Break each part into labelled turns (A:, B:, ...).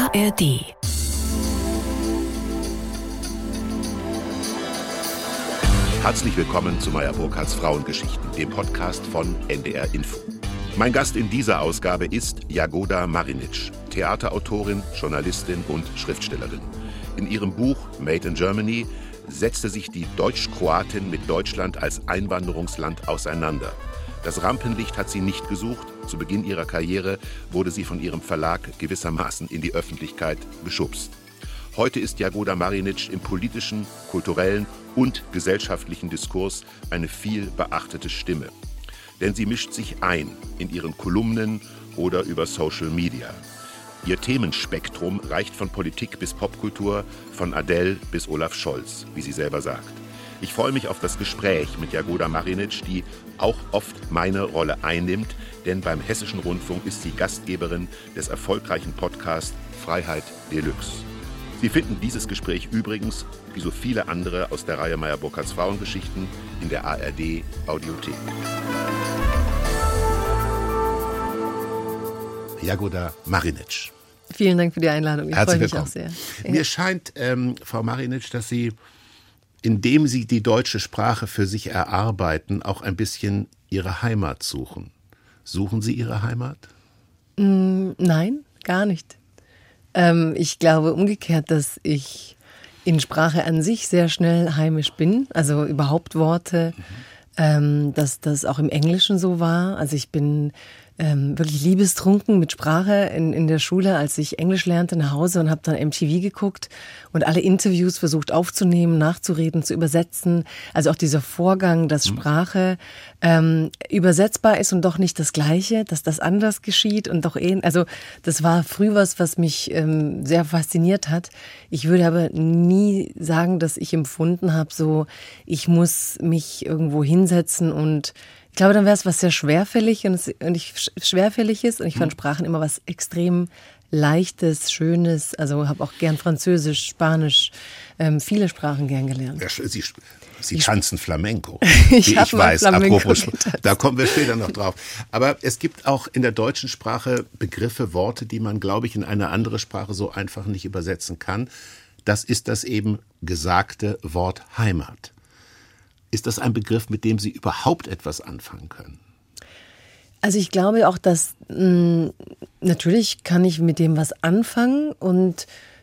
A: ARD.
B: Herzlich willkommen zu Meyer Burkhardts Frauengeschichten, dem Podcast von NDR Info. Mein Gast in dieser Ausgabe ist Jagoda Marinic, Theaterautorin, Journalistin und Schriftstellerin. In ihrem Buch Made in Germany setzte sich die Deutsch-Kroatin mit Deutschland als Einwanderungsland auseinander. Das Rampenlicht hat sie nicht gesucht. Zu Beginn ihrer Karriere wurde sie von ihrem Verlag gewissermaßen in die Öffentlichkeit geschubst. Heute ist Jagoda Marinic im politischen, kulturellen und gesellschaftlichen Diskurs eine viel beachtete Stimme. Denn sie mischt sich ein in ihren Kolumnen oder über Social Media. Ihr Themenspektrum reicht von Politik bis Popkultur, von Adele bis Olaf Scholz, wie sie selber sagt. Ich freue mich auf das Gespräch mit Jagoda Marinic, die auch oft meine Rolle einnimmt, denn beim Hessischen Rundfunk ist sie Gastgeberin des erfolgreichen Podcasts Freiheit Deluxe. Sie finden dieses Gespräch übrigens, wie so viele andere aus der Reihe Meyer Burkhardts Frauengeschichten, in der ARD Audiothek. Jagoda Marinic.
C: Vielen Dank für die Einladung. Ich freue mich auch sehr.
B: Mir scheint, Frau Marinic, dass Sie, indem Sie die deutsche Sprache für sich erarbeiten, auch ein bisschen Ihre Heimat suchen. Suchen Sie Ihre Heimat?
C: Nein, gar nicht. Ich glaube umgekehrt, dass ich in Sprache an sich sehr schnell heimisch bin. Also überhaupt Worte, dass das auch im Englischen so war. Also ich bin wirklich liebestrunken mit Sprache in der Schule, als ich Englisch lernte, nach Hause und habe dann MTV geguckt und alle Interviews versucht aufzunehmen, nachzureden, zu übersetzen. Also auch dieser Vorgang, dass Sprache übersetzbar ist und doch nicht das Gleiche, dass das anders geschieht und doch also das war früh was mich sehr fasziniert hat. Ich würde aber nie sagen, dass ich empfunden habe, so ich muss mich irgendwo hinsetzen und ich glaube, dann wäre es was sehr schwerfälliges und ich fand Sprachen immer was extrem Leichtes, Schönes. Also habe auch gern Französisch, Spanisch, viele Sprachen gern gelernt.
B: Ja, Sie tanzen Flamenco.
C: Ich weiß, Flamenco
B: apropos, da kommen wir später noch drauf. Aber es gibt auch in der deutschen Sprache Begriffe, Worte, die man, glaube ich, in eine andere Sprache so einfach nicht übersetzen kann. Das ist das eben gesagte Wort Heimat. Ist das ein Begriff, mit dem Sie überhaupt etwas anfangen können?
C: Also ich glaube auch, dass natürlich kann ich mit dem was anfangen und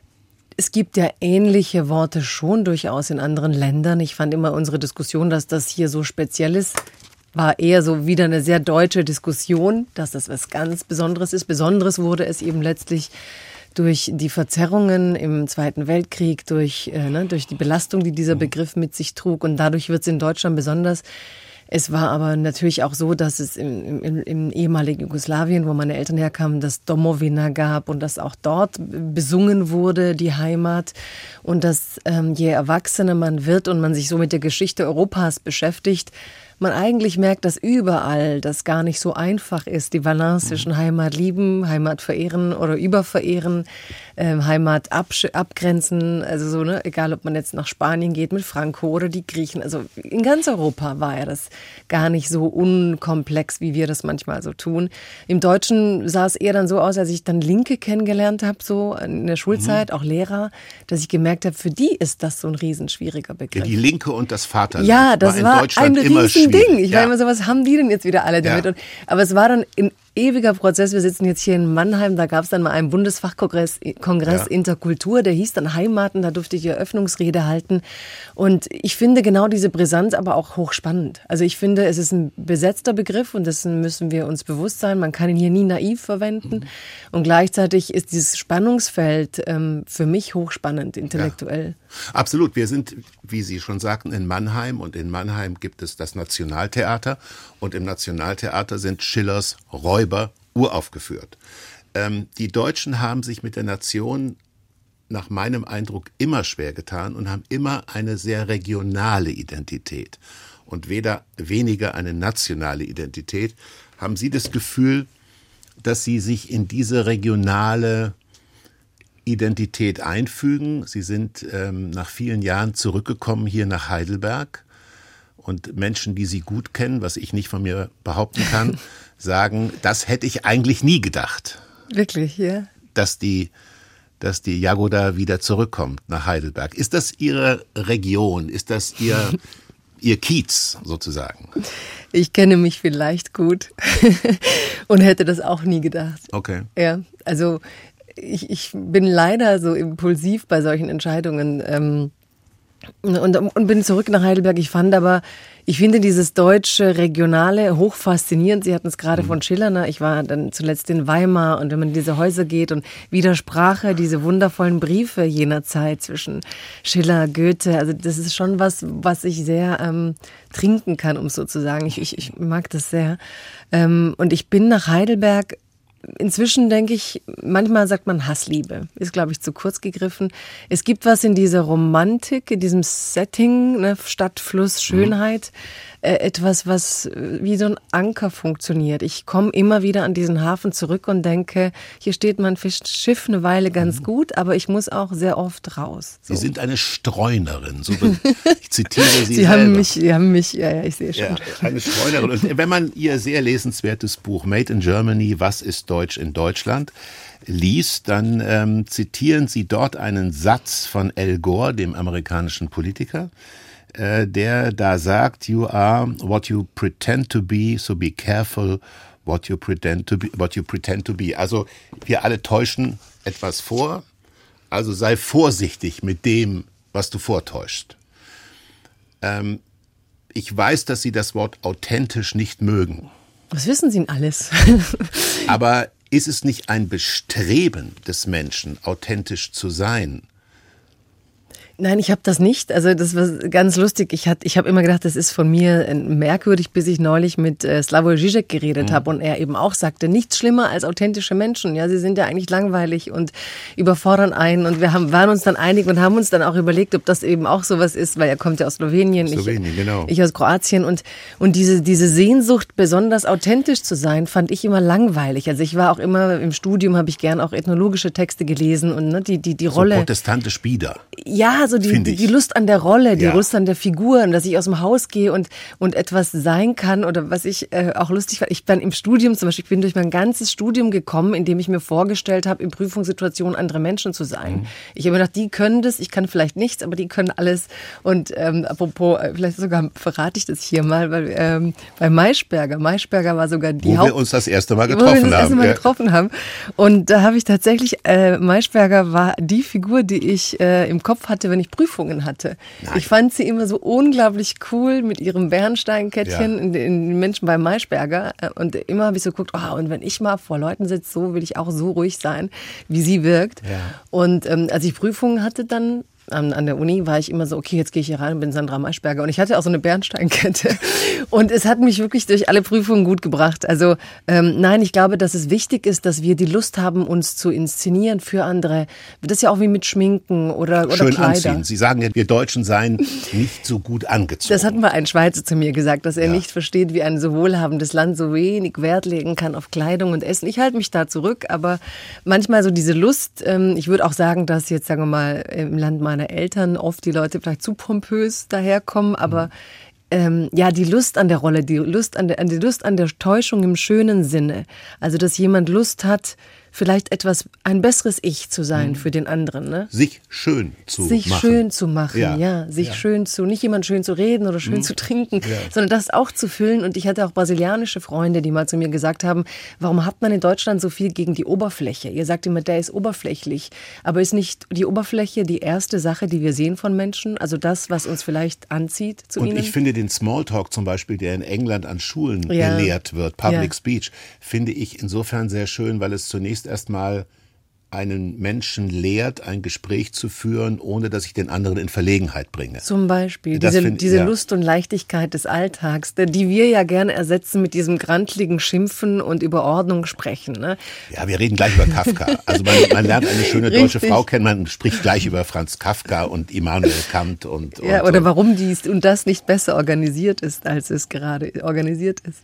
C: es gibt ja ähnliche Worte schon durchaus in anderen Ländern. Ich fand immer unsere Diskussion, dass das hier so speziell ist, war eher so wieder eine sehr deutsche Diskussion, dass das was ganz Besonderes ist. Besonderes wurde es eben letztlich durch die Verzerrungen im Zweiten Weltkrieg, durch die Belastung, die dieser Begriff mit sich trug. Und dadurch wird es in Deutschland besonders. Es war aber natürlich auch so, dass es im ehemaligen Jugoslawien, wo meine Eltern herkamen, das Domovina gab und dass auch dort besungen wurde, die Heimat. Und dass je erwachsener man wird und man sich so mit der Geschichte Europas beschäftigt, man eigentlich merkt, dass überall das gar nicht so einfach ist, die Balance zwischen Heimat lieben, Heimat verehren oder überverehren, Heimat abgrenzen, also so, ne, egal ob man jetzt nach Spanien geht mit Franco oder die Griechen, also in ganz Europa war ja das gar nicht so unkomplex, wie wir das manchmal so tun. Im Deutschen sah es eher dann so aus, als ich dann Linke kennengelernt habe, so in der Schulzeit, auch Lehrer, dass ich gemerkt habe, für die ist das so ein riesenschwieriger Begriff.
B: Ja, die Linke und das Vaterland
C: ja, das war in Deutschland immer schwierig. Ding. Ich war immer so, was haben die denn jetzt wieder alle damit?
B: Ja.
C: Aber es war dann ein ewiger Prozess. Wir sitzen jetzt hier in Mannheim, da gab es dann mal einen Bundesfachkongress Interkultur, der hieß dann Heimaten, da durfte ich die Eröffnungsrede halten. Und ich finde genau diese Brisanz aber auch hochspannend. Also ich finde, es ist ein besetzter Begriff und dessen müssen wir uns bewusst sein. Man kann ihn hier nie naiv verwenden. Und gleichzeitig ist dieses Spannungsfeld für mich hochspannend, intellektuell.
B: Ja, absolut. Wir sind, wie Sie schon sagten, in Mannheim und in Mannheim gibt es das Nationaltheater und im Nationaltheater sind Schillers Räuber uraufgeführt. Die Deutschen haben sich mit der Nation nach meinem Eindruck immer schwer getan und haben immer eine sehr regionale Identität und weniger eine nationale Identität. Haben Sie das Gefühl, dass Sie sich in diese regionale Identität einfügen? Sie sind nach vielen Jahren zurückgekommen hier nach Heidelberg und Menschen, die Sie gut kennen, was ich nicht von mir behaupten kann, sagen, das hätte ich eigentlich nie gedacht.
C: Wirklich, ja?
B: Dass die dass die Jagoda wieder zurückkommt nach Heidelberg. Ist das Ihre Region? Ist das Ihr Kiez sozusagen?
C: Ich kenne mich vielleicht gut und hätte das auch nie gedacht.
B: Okay.
C: Ja, also ich bin leider so impulsiv bei solchen Entscheidungen und bin zurück nach Heidelberg. Ich finde dieses deutsche Regionale hoch faszinierend. Sie hatten es gerade von Schiller. Ne? Ich war dann zuletzt in Weimar und wenn man in diese Häuser geht und wieder Sprache, diese wundervollen Briefe jener Zeit zwischen Schiller, Goethe. Also das ist schon was ich sehr trinken kann, um es so zu sagen. Ich mag das sehr. Und ich bin nach Heidelberg. Inzwischen denke ich, manchmal sagt man Hassliebe. Ist, glaube ich, zu kurz gegriffen. Es gibt was in dieser Romantik, in diesem Setting, ne, Stadt, Fluss, Schönheit. Etwas, was wie so ein Anker funktioniert. Ich komme immer wieder an diesen Hafen zurück und denke, hier steht mein Schiff eine Weile ganz gut, aber ich muss auch sehr oft raus. So.
B: Sie sind eine Streunerin. So, ich zitiere Sie
C: Sie
B: selber.
C: haben mich, ja, ich sehe schon.
B: Ja, eine Streunerin. Und wenn man Ihr sehr lesenswertes Buch Made in Germany, Was ist Deutsch in Deutschland, liest, dann zitieren Sie dort einen Satz von Al Gore, dem amerikanischen Politiker, der da sagt, you are what you pretend to be, so be careful what you pretend to be. Also wir alle täuschen etwas vor, also sei vorsichtig mit dem, was du vortäuschst. Ich weiß, dass Sie das Wort authentisch nicht mögen.
C: Was wissen Sie denn alles?
B: Aber ist es nicht ein Bestreben des Menschen, authentisch zu sein?
C: Nein, ich habe das nicht. Also das war ganz lustig. Ich habe immer gedacht, das ist von mir merkwürdig, bis ich neulich mit Slavoj Žižek geredet habe und er eben auch sagte, nichts schlimmer als authentische Menschen. Ja, sie sind ja eigentlich langweilig und überfordern einen. Und wir waren uns dann einig und haben uns dann auch überlegt, ob das eben auch sowas ist, weil er kommt ja aus Slowenien,
B: genau.
C: Ich aus Kroatien und diese Sehnsucht, besonders authentisch zu sein, fand ich immer langweilig. Also ich war auch immer im Studium, habe ich gern auch ethnologische Texte gelesen und ne, die Rolle.
B: So protestantisch bieder.
C: Ja, so die Lust an der Rolle, die Lust an der Figur, dass ich aus dem Haus gehe und etwas sein kann oder was ich auch lustig fand. Ich bin im Studium zum Beispiel, ich bin durch mein ganzes Studium gekommen, indem ich mir vorgestellt habe, in Prüfungssituationen andere Menschen zu sein. Ich habe mir gedacht, die können das, ich kann vielleicht nichts, aber die können alles. Und apropos, vielleicht sogar verrate ich das hier mal, weil bei Maischberger war sogar die
B: Wo wir uns das erste Mal getroffen haben.
C: Und da habe ich tatsächlich, Maischberger war die Figur, die ich im Kopf hatte, wenn ich Prüfungen hatte. Nein. Ich fand sie immer so unglaublich cool mit ihrem Bernsteinkettchen in den Menschen bei Maischberger. Und immer habe ich so geguckt, und wenn ich mal vor Leuten sitze, so will ich auch so ruhig sein, wie sie wirkt. Ja. Und als ich Prüfungen hatte dann, an der Uni war ich immer so, okay, jetzt gehe ich hier rein und bin Sandra Maischberger. Und ich hatte auch so eine Bernsteinkette. Und es hat mich wirklich durch alle Prüfungen gut gebracht. Also nein, ich glaube, dass es wichtig ist, dass wir die Lust haben, uns zu inszenieren für andere. Das ist ja auch wie mit Schminken oder
B: schön
C: Kleider.
B: Anziehen. Sie sagen ja, wir Deutschen seien nicht so gut angezogen.
C: Das hat mal ein Schweizer zu mir gesagt, dass er nicht versteht, wie ein so wohlhabendes Land so wenig Wert legen kann auf Kleidung und Essen. Ich halte mich da zurück, aber manchmal so diese Lust, ich würde auch sagen, dass jetzt, sagen wir mal, im Land meiner Eltern oft die Leute vielleicht zu pompös daherkommen, aber die Lust an der Rolle, die Lust an der Täuschung im schönen Sinne. Also, dass jemand Lust hat, vielleicht ein besseres Ich zu sein für den anderen. Ne?
B: Sich schön zu machen.
C: Sich schön zu machen, nicht jemand schön zu reden oder schön zu trinken, sondern das auch zu füllen. Und ich hatte auch brasilianische Freunde, die mal zu mir gesagt haben, warum hat man in Deutschland so viel gegen die Oberfläche? Ihr sagt immer, der ist oberflächlich. Aber ist nicht die Oberfläche die erste Sache, die wir sehen von Menschen? Also das, was uns vielleicht anzieht zu ihnen?
B: Und ich finde den Smalltalk zum Beispiel, der in England an Schulen gelehrt wird, Public Speech, finde ich insofern sehr schön, weil es zunächst erstmal einen Menschen lehrt, ein Gespräch zu führen, ohne dass ich den anderen in Verlegenheit bringe.
C: Zum Beispiel diese Lust und Leichtigkeit des Alltags, die wir ja gerne ersetzen mit diesem grantligen Schimpfen und über Ordnung sprechen. Ne?
B: Ja, wir reden gleich über Kafka. Also man lernt eine schöne deutsche Frau kennen, man spricht gleich über Franz Kafka und Immanuel Kant. Oder
C: warum dies und das nicht besser organisiert ist, als es gerade organisiert ist.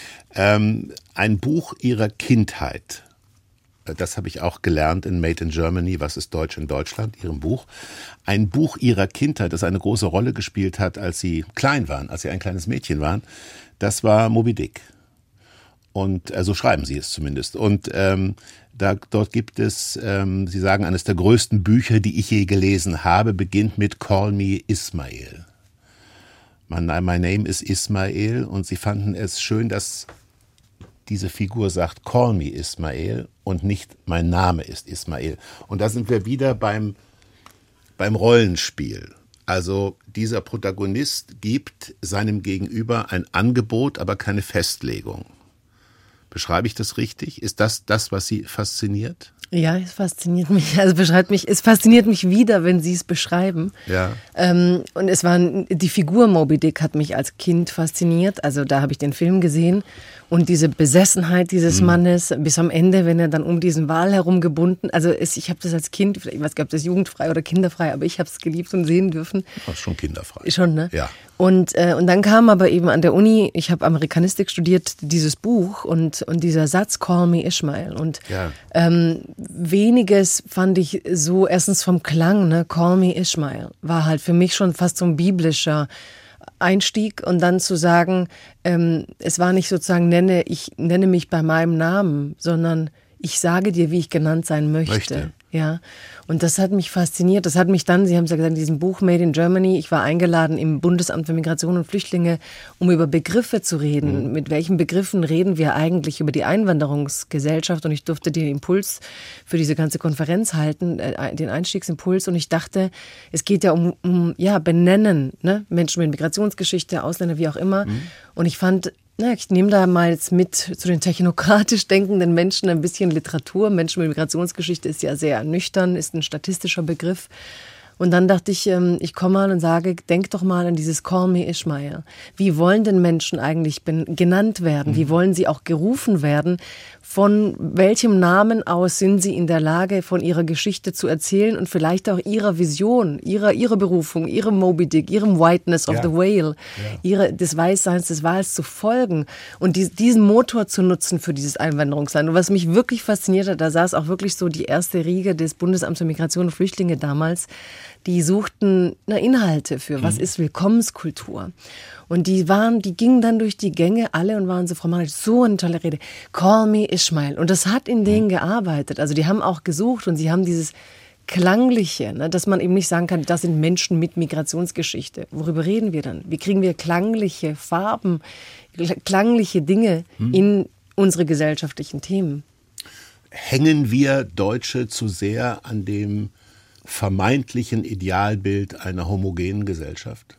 B: Ein Buch ihrer Kindheit. Das habe ich auch gelernt in Made in Germany, Was ist Deutsch in Deutschland, ihrem Buch. Ein Buch ihrer Kindheit, das eine große Rolle gespielt hat, als sie klein waren, als sie ein kleines Mädchen waren, das war Moby Dick. Und so schreiben Sie es zumindest. Und dort gibt es, Sie sagen, eines der größten Bücher, die ich je gelesen habe, beginnt mit Call Me Ismail. My name is Ismail. Und Sie fanden es schön, dass diese Figur sagt, Call Me Ismail und nicht mein Name ist Ismail. Und da sind wir wieder beim Rollenspiel. Also dieser Protagonist gibt seinem Gegenüber ein Angebot, aber keine Festlegung. Beschreibe ich das richtig? Ist das, was Sie fasziniert?
C: Ja, es fasziniert mich. Also es fasziniert mich wieder, wenn Sie es beschreiben.
B: Ja.
C: Und die Figur Moby Dick hat mich als Kind fasziniert. Also da habe ich den Film gesehen. Und diese Besessenheit dieses Mannes bis am Ende, wenn er dann um diesen Wal herum gebunden, ich habe das als Kind, ich weiß nicht, ob das jugendfrei oder kinderfrei, aber ich habe es geliebt und sehen dürfen.
B: Das ist schon kinderfrei.
C: Schon, ne?
B: Ja.
C: Und dann kam aber eben an der Uni, ich habe Amerikanistik studiert, dieses Buch und dieser Satz, Call Me Ismail. Und
B: ja.
C: Weniges fand ich so, erstens vom Klang, ne, Call Me Ismail, war halt für mich schon fast so ein biblischer Einstieg und dann zu sagen, es war nicht sozusagen, ich nenne mich bei meinem Namen, sondern ich sage dir, wie ich genannt sein möchte. Ja. Und das hat mich fasziniert. Das hat mich dann, Sie haben es ja gesagt, in diesem Buch Made in Germany, ich war eingeladen im Bundesamt für Migration und Flüchtlinge, um über Begriffe zu reden. Mit welchen Begriffen reden wir eigentlich über die Einwanderungsgesellschaft? Und ich durfte den Impuls für diese ganze Konferenz halten, den Einstiegsimpuls. Und ich dachte, es geht ja um Benennen, ne? Menschen mit Migrationsgeschichte, Ausländer, wie auch immer. Und ich fand, ich nehme da mal jetzt mit zu den technokratisch denkenden Menschen ein bisschen Literatur. Menschen mit Migrationsgeschichte ist ja sehr nüchtern, ist ein statistischer Begriff. Und dann dachte ich, ich komme mal und sage, denk doch mal an dieses Call Me Ismail. Wie wollen denn Menschen eigentlich genannt werden? Wie wollen sie auch gerufen werden? Von welchem Namen aus sind sie in der Lage, von ihrer Geschichte zu erzählen und vielleicht auch ihrer Vision, ihrer Berufung, ihrem Moby Dick, ihrem Whiteness of the Whale, des Weißseins des Wals zu folgen und diesen Motor zu nutzen für dieses Einwanderungsland. Und was mich wirklich fasziniert hat, da saß auch wirklich so die erste Riege des Bundesamts für Migration und Flüchtlinge damals, die suchten Inhalte für, was ist Willkommenskultur. Und die gingen dann durch die Gänge alle und waren so, Frau Maric, so eine tolle Rede. Call me Ismail. Und das hat in denen gearbeitet. Also die haben auch gesucht und sie haben dieses Klangliche, ne, dass man eben nicht sagen kann, das sind Menschen mit Migrationsgeschichte. Worüber reden wir dann? Wie kriegen wir klangliche Farben, klangliche Dinge in unsere gesellschaftlichen Themen?
B: Hängen wir Deutsche zu sehr an dem vermeintlichen Idealbild einer homogenen Gesellschaft?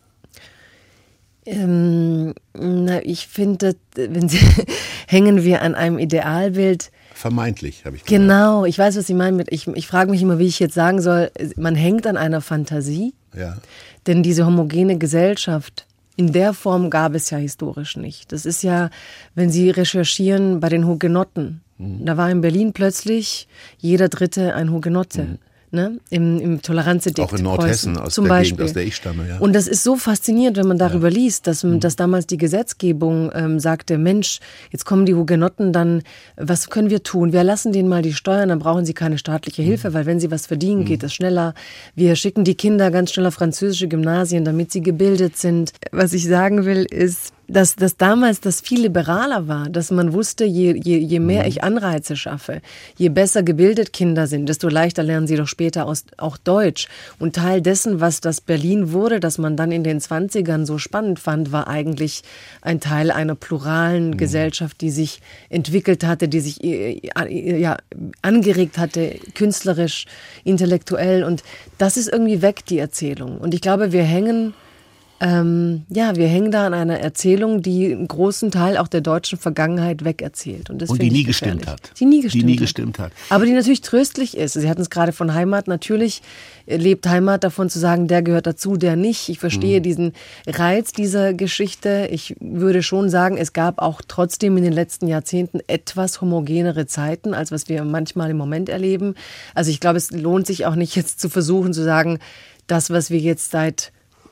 C: Ich finde, hängen wir an einem Idealbild.
B: Vermeintlich, habe ich gesagt.
C: Genau, ich weiß, was Sie meinen mit, ich frage mich immer, wie ich jetzt sagen soll, man hängt an einer Fantasie, denn diese homogene Gesellschaft, in der Form gab es ja historisch nicht. Das ist ja, wenn Sie recherchieren bei den Hugenotten, da war in Berlin plötzlich jeder Dritte ein Hugenotte. Ne? Im Toleranzedikt.
B: Auch in Nordhessen, aus der Gegend, aus der ich stamme. Ja.
C: Und das ist so faszinierend, wenn man darüber liest, dass damals die Gesetzgebung sagte, Mensch, jetzt kommen die Hugenotten, dann was können wir tun? Wir lassen denen mal die Steuern, dann brauchen sie keine staatliche Hilfe, weil wenn sie was verdienen, geht das schneller. Wir schicken die Kinder ganz schnell auf französische Gymnasien, damit sie gebildet sind. Was ich sagen will, ist, dass damals das viel liberaler war, dass man wusste, je mehr ich Anreize schaffe, je besser gebildet Kinder sind, desto leichter lernen sie doch später auch Deutsch. Und Teil dessen, was das Berlin wurde, dass man dann in den 20ern so spannend fand, war eigentlich ein Teil einer pluralen Gesellschaft, die sich entwickelt hatte, die sich angeregt hatte, künstlerisch, intellektuell. Und das ist irgendwie weg, die Erzählung. Und ich glaube, wir hängen da an einer Erzählung, die einen großen Teil auch der deutschen Vergangenheit wegerzählt. Und
B: die nie gestimmt hat.
C: Die nie gestimmt hat. Aber die natürlich tröstlich ist. Sie hatten es gerade von Heimat. Natürlich lebt Heimat davon zu sagen, der gehört dazu, der nicht. Ich verstehe diesen Reiz dieser Geschichte. Ich würde schon sagen, es gab auch trotzdem in den letzten Jahrzehnten etwas homogenere Zeiten, als was wir manchmal im Moment erleben. Also ich glaube, es lohnt sich auch nicht jetzt zu versuchen zu sagen, das, was wir jetzt seit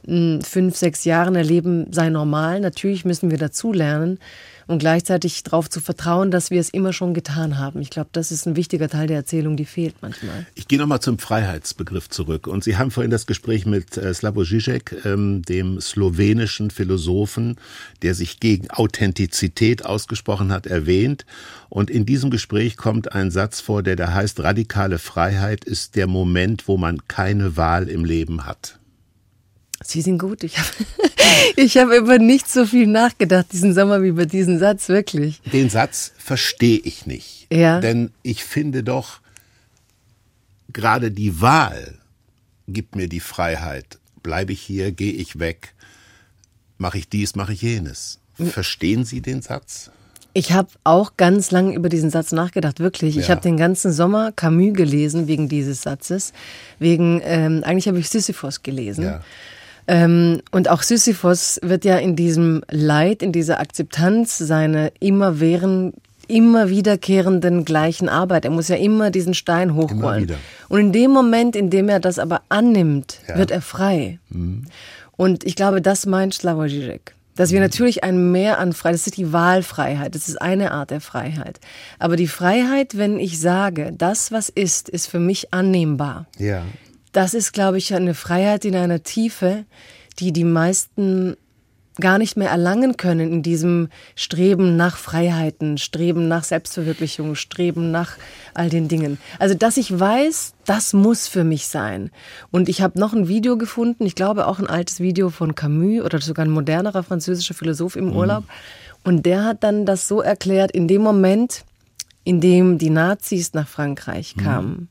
C: 5, 6 Jahren erleben, sei normal. Natürlich müssen wir dazulernen und gleichzeitig darauf zu vertrauen, dass wir es immer schon getan haben. Ich glaube, das ist ein wichtiger Teil der Erzählung, die fehlt manchmal.
B: Ich gehe nochmal zum Freiheitsbegriff zurück. Und Sie haben vorhin das Gespräch mit Slavoj Žižek, dem slowenischen Philosophen, der sich gegen Authentizität ausgesprochen hat, erwähnt. Und in diesem Gespräch kommt ein Satz vor, der da heißt, radikale Freiheit ist der Moment, wo man keine Wahl im Leben hat.
C: Sie sind gut. Ich hab über nicht so viel nachgedacht diesen Sommer wie über diesen Satz, wirklich.
B: Den Satz verstehe ich nicht.
C: Ja.
B: Denn ich finde doch, gerade die Wahl gibt mir die Freiheit. Bleibe ich hier, gehe ich weg, mache ich dies, mache ich jenes. Verstehen Sie den Satz?
C: Ich habe auch ganz lang über diesen Satz nachgedacht, wirklich. Ja. Ich habe den ganzen Sommer Camus gelesen wegen dieses Satzes. Eigentlich habe ich Sisyphos gelesen. Ja. Und auch Sisyphos wird ja in diesem Leid, in dieser Akzeptanz seiner immer wiederkehrenden gleichen Arbeit. Er muss ja immer diesen Stein hochrollen. Und in dem Moment, in dem er das aber annimmt, wird er frei. Mhm. Und ich glaube, das meint Slavoj Žižek. Dass wir natürlich ein Mehr an Freiheit, das ist die Wahlfreiheit, das ist eine Art der Freiheit. Aber die Freiheit, wenn ich sage, das, was ist für mich annehmbar. Ja. Das ist, glaube ich, eine Freiheit in einer Tiefe, die meisten gar nicht mehr erlangen können in diesem Streben nach Freiheiten, Streben nach Selbstverwirklichung, Streben nach all den Dingen. Also, dass ich weiß, das muss für mich sein. Und ich habe noch ein Video gefunden, ich glaube auch ein altes Video von Camus oder sogar ein modernerer französischer Philosoph im Urlaub. Und der hat dann das so erklärt, in dem Moment, in dem die Nazis nach Frankreich kamen,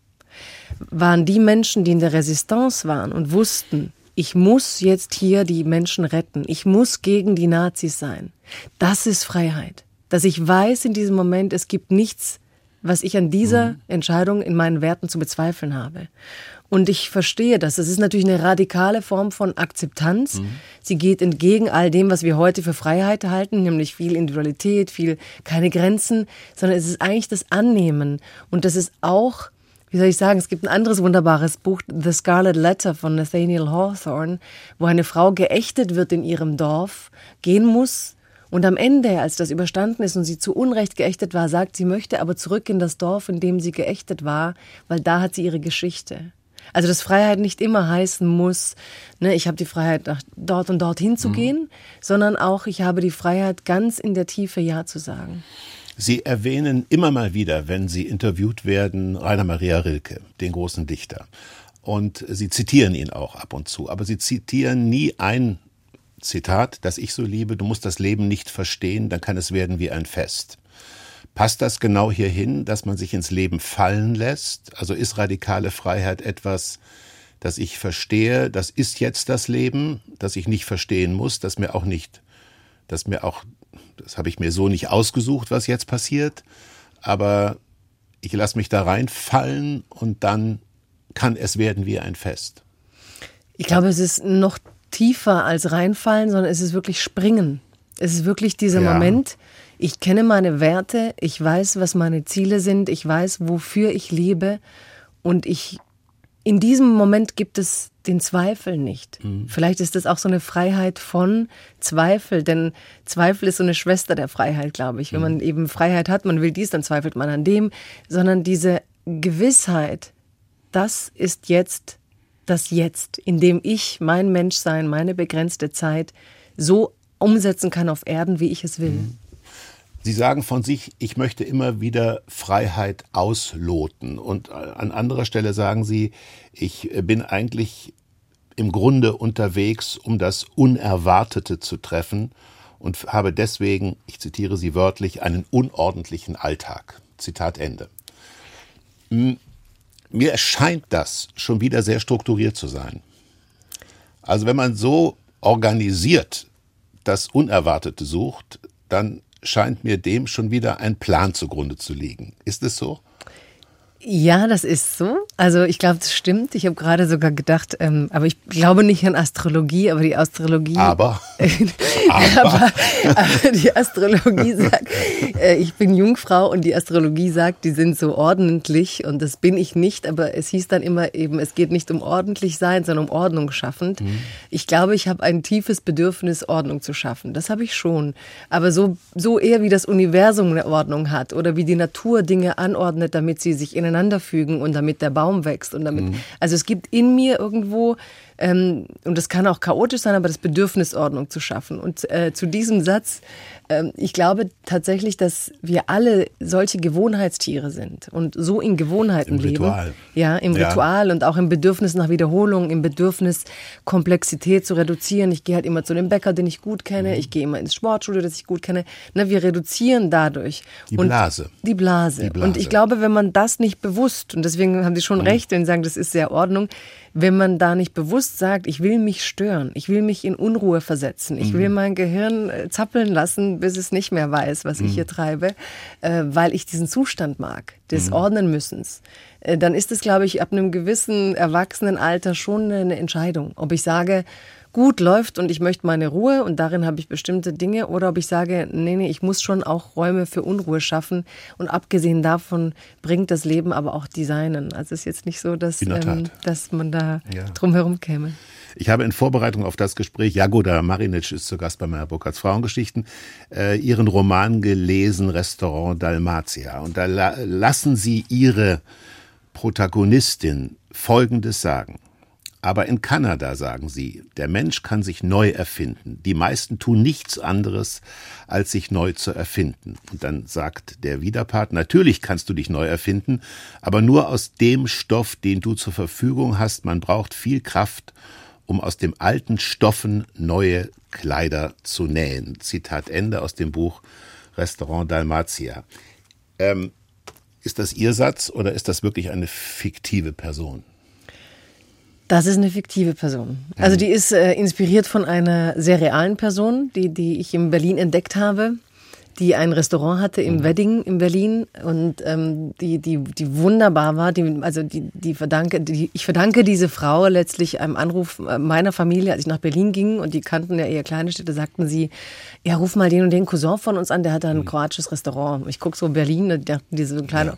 C: waren die Menschen, die in der Resistance waren und wussten, ich muss jetzt hier die Menschen retten, ich muss gegen die Nazis sein. Das ist Freiheit. Dass ich weiß in diesem Moment, es gibt nichts, was ich an dieser Entscheidung in meinen Werten zu bezweifeln habe. Und ich verstehe das. Das ist natürlich eine radikale Form von Akzeptanz. Sie geht entgegen all dem, was wir heute für Freiheit halten, nämlich viel Individualität, viel keine Grenzen, sondern es ist eigentlich das Annehmen. Und das ist auch, wie soll ich sagen, es gibt ein anderes wunderbares Buch, The Scarlet Letter von Nathaniel Hawthorne, wo eine Frau geächtet wird in ihrem Dorf, gehen muss und am Ende, als das überstanden ist und sie zu Unrecht geächtet war, sagt, sie möchte aber zurück in das Dorf, in dem sie geächtet war, weil da hat sie ihre Geschichte. Also dass Freiheit nicht immer heißen muss, ne, ich habe die Freiheit, nach dort und dorthin zu gehen, sondern auch, ich habe die Freiheit, ganz in der Tiefe Ja zu sagen.
B: Sie erwähnen immer mal wieder, wenn Sie interviewt werden, Rainer Maria Rilke, den großen Dichter. Und Sie zitieren ihn auch ab und zu. Aber Sie zitieren nie ein Zitat, das ich so liebe: Du musst das Leben nicht verstehen, dann kann es werden wie ein Fest. Passt das genau hierhin, dass man sich ins Leben fallen lässt? Also ist radikale Freiheit etwas, das ich verstehe, das ist jetzt das Leben, das ich nicht verstehen muss, das habe ich mir so nicht ausgesucht, was jetzt passiert, aber ich lasse mich da reinfallen und dann kann es werden wie ein Fest.
C: Ich glaube, es ist noch tiefer als reinfallen, sondern es ist wirklich springen. Es ist wirklich dieser Moment, ich kenne meine Werte, ich weiß, was meine Ziele sind, ich weiß, wofür ich lebe und in diesem Moment gibt es den Zweifel nicht. Vielleicht ist das auch so eine Freiheit von Zweifel, denn Zweifel ist so eine Schwester der Freiheit, glaube ich. Wenn man eben Freiheit hat, man will dies, dann zweifelt man an dem, sondern diese Gewissheit, das ist jetzt das Jetzt, in dem ich mein Menschsein, meine begrenzte Zeit so umsetzen kann auf Erden, wie ich es will.
B: Sie sagen von sich, ich möchte immer wieder Freiheit ausloten. Und an anderer Stelle sagen Sie, ich bin eigentlich im Grunde unterwegs, um das Unerwartete zu treffen und habe deswegen, ich zitiere Sie wörtlich, einen unordentlichen Alltag. Zitat Ende. Mir erscheint das schon wieder sehr strukturiert zu sein. Also wenn man so organisiert das Unerwartete sucht, dann scheint mir dem schon wieder ein Plan zugrunde zu liegen. Ist es so?
C: Ja, das ist so. Also ich glaube, das stimmt. Ich habe gerade sogar gedacht, aber ich glaube nicht an Astrologie, aber die Astrologie...
B: Aber
C: die Astrologie sagt, ich bin Jungfrau und die Astrologie sagt, die sind so ordentlich und das bin ich nicht, aber es hieß dann immer eben, es geht nicht um ordentlich sein, sondern um Ordnung schaffend. Ich glaube, ich habe ein tiefes Bedürfnis, Ordnung zu schaffen. Das habe ich schon. Aber so eher wie das Universum eine Ordnung hat oder wie die Natur Dinge anordnet, damit sie sich ineinander fügen und damit der Baum wächst und damit, also es gibt in mir irgendwo, und das kann auch chaotisch sein, aber das Bedürfnis, Ordnung zu schaffen. Und zu diesem Satz, ich glaube tatsächlich, dass wir alle solche Gewohnheitstiere sind und so in Gewohnheiten leben. Ritual. Ja, im Ritual und auch im Bedürfnis nach Wiederholung, im Bedürfnis, Komplexität zu reduzieren. Ich gehe halt immer zu dem Bäcker, den ich gut kenne. Ich gehe immer ins Sportstudio, das ich gut kenne. Ne, wir reduzieren dadurch.
B: Die Blase.
C: Die Blase. Und ich glaube, wenn man das nicht bewusst, und deswegen haben Sie schon recht, wenn Sie sagen, das ist sehr Ordnung, wenn man da nicht bewusst sagt, ich will mich stören, ich will mich in Unruhe versetzen, ich will mein Gehirn zappeln lassen, bis es nicht mehr weiß, was ich hier treibe, weil ich diesen Zustand mag, des Ordnenmüssens, dann ist es, glaube ich, ab einem gewissen Erwachsenenalter schon eine Entscheidung, ob ich sage, gut läuft und ich möchte meine Ruhe und darin habe ich bestimmte Dinge oder ob ich sage, nee, ich muss schon auch Räume für Unruhe schaffen und abgesehen davon bringt das Leben aber auch Designen. Also es ist jetzt nicht so, dass man da drum herum käme.
B: Ich habe in Vorbereitung auf das Gespräch, Jagoda Marinic ist zu Gast bei Meyer Burkhardts Frauengeschichten, ihren Roman gelesen, Restaurant Dalmatia. Und da lassen Sie Ihre Protagonistin Folgendes sagen. Aber in Kanada, sagen sie, der Mensch kann sich neu erfinden. Die meisten tun nichts anderes, als sich neu zu erfinden. Und dann sagt der Widerpart, natürlich kannst du dich neu erfinden, aber nur aus dem Stoff, den du zur Verfügung hast. Man braucht viel Kraft, um aus dem alten Stoffen neue Kleider zu nähen. Zitat Ende aus dem Buch Restaurant Dalmatia. Ist das Ihr Satz oder ist das wirklich eine fiktive Person?
C: Das ist eine fiktive Person. Also die ist inspiriert von einer sehr realen Person, die ich in Berlin entdeckt habe, die ein Restaurant hatte im Wedding in Berlin und die wunderbar war. Ich verdanke diese Frau letztlich einem Anruf meiner Familie, als ich nach Berlin ging und die kannten ja eher kleine Städte, sagten sie, ja, ruf mal den und den Cousin von uns an, der hat da ein kroatisches Restaurant. Ich gucke so Berlin und dachten die so ein kleiner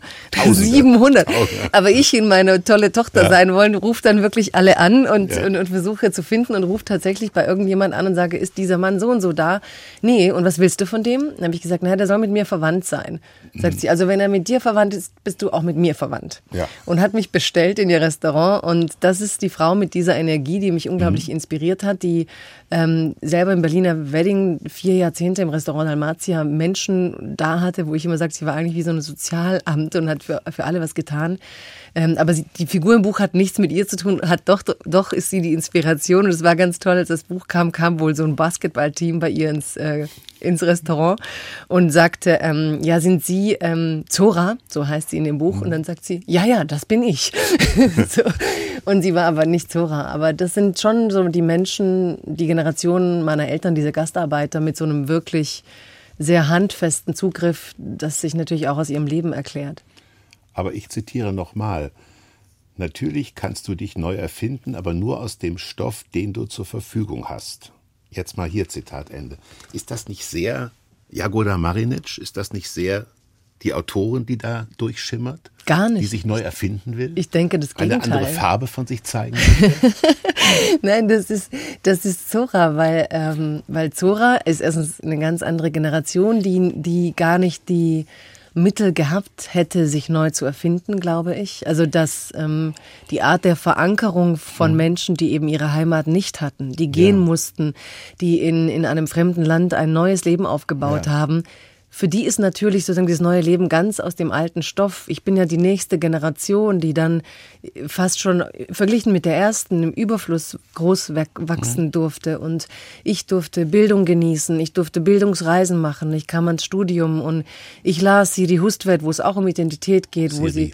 C: 700. Aber ich in meine tolle Tochter sein wollen, rufe dann wirklich alle an und versuche zu finden und rufe tatsächlich bei irgendjemand an und sage, ist dieser Mann so und so da? Nee, und was willst du von dem? Dann habe ich gesagt, naja, der soll mit mir verwandt sein. Sagt sie, also wenn er mit dir verwandt ist, bist du auch mit mir verwandt. Ja. Und hat mich bestellt in ihr Restaurant und das ist die Frau mit dieser Energie, die mich unglaublich inspiriert hat, die selber im Berliner Wedding 4 Jahrzehnte im Restaurant Dalmatia Menschen da hatte, wo ich immer sage, sie war eigentlich wie so ein Sozialamt und hat für alle was getan. Aber die Figur im Buch hat nichts mit ihr zu tun, doch ist sie die Inspiration. Und es war ganz toll, als das Buch kam wohl so ein Basketballteam bei ihr ins Restaurant und sagte, ja, sind Sie Zora, so heißt sie in dem Buch. Und dann sagt sie, ja, das bin ich. So. Und sie war aber nicht Zora. Aber das sind schon so die Menschen, die Generationen meiner Eltern, diese Gastarbeiter mit so einem wirklich sehr handfesten Zugriff, das sich natürlich auch aus ihrem Leben erklärt.
B: Aber ich zitiere nochmal, natürlich kannst du dich neu erfinden, aber nur aus dem Stoff, den du zur Verfügung hast. Jetzt mal hier Zitat Ende. Ist das nicht sehr Jagoda Marinic? Ist das nicht sehr die Autorin, die da durchschimmert?
C: Gar nicht.
B: Die sich neu erfinden will?
C: Ich denke, das Gegenteil.
B: Eine andere Farbe von sich zeigen will?
C: Nein, das ist Zora, weil Zora ist erstens eine ganz andere Generation, die gar nicht die Mittel gehabt hätte, sich neu zu erfinden, glaube ich. Also dass die Art der Verankerung von Menschen, die eben ihre Heimat nicht hatten, die gehen mussten, die in einem fremden Land ein neues Leben aufgebaut haben, für die ist natürlich sozusagen dieses neue Leben ganz aus dem alten Stoff. Ich bin ja die nächste Generation, die dann fast schon verglichen mit der ersten im Überfluss groß wachsen durfte. Und ich durfte Bildung genießen, ich durfte Bildungsreisen machen, ich kam ans Studium und ich las Siri Hustvedt, wo es auch um Identität geht. Siri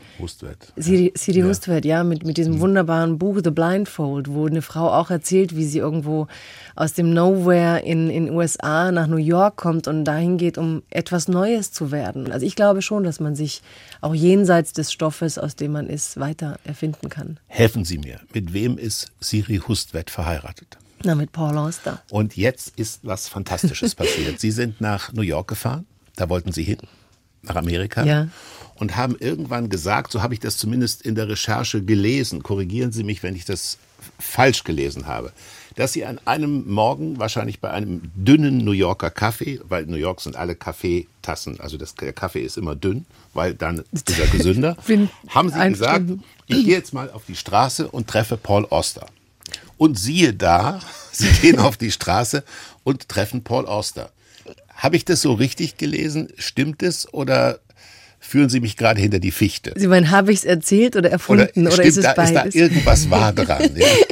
C: Hustvedt, ja, mit diesem wunderbaren Buch The Blindfold, wo eine Frau auch erzählt, wie sie irgendwo aus dem Nowhere in USA nach New York kommt und dahin geht, um etwas Neues zu werden. Also ich glaube schon, dass man sich auch jenseits des Stoffes, aus dem man ist, weiter erfinden kann.
B: Helfen Sie mir, mit wem ist Siri Hustvedt verheiratet?
C: Na, mit Paul Auster.
B: Und jetzt ist was Fantastisches passiert. Sie sind nach New York gefahren, da wollten Sie hin, nach Amerika.
C: Ja.
B: Und haben irgendwann gesagt, so habe ich das zumindest in der Recherche gelesen, korrigieren Sie mich, wenn ich das falsch gelesen habe, dass Sie an einem Morgen, wahrscheinlich bei einem dünnen New Yorker Kaffee, weil in New York sind alle Kaffeetassen, also der Kaffee ist immer dünn, weil dann ist er gesünder, haben Sie gesagt, ich gehe jetzt mal auf die Straße und treffe Paul Auster. Und siehe da, Sie gehen auf die Straße und treffen Paul Auster. Habe ich das so richtig gelesen? Stimmt es oder führen Sie mich gerade hinter die Fichte?
C: Sie meinen, habe ich es erzählt oder erfunden? Oder ist es beides?
B: Ist da irgendwas wahr dran?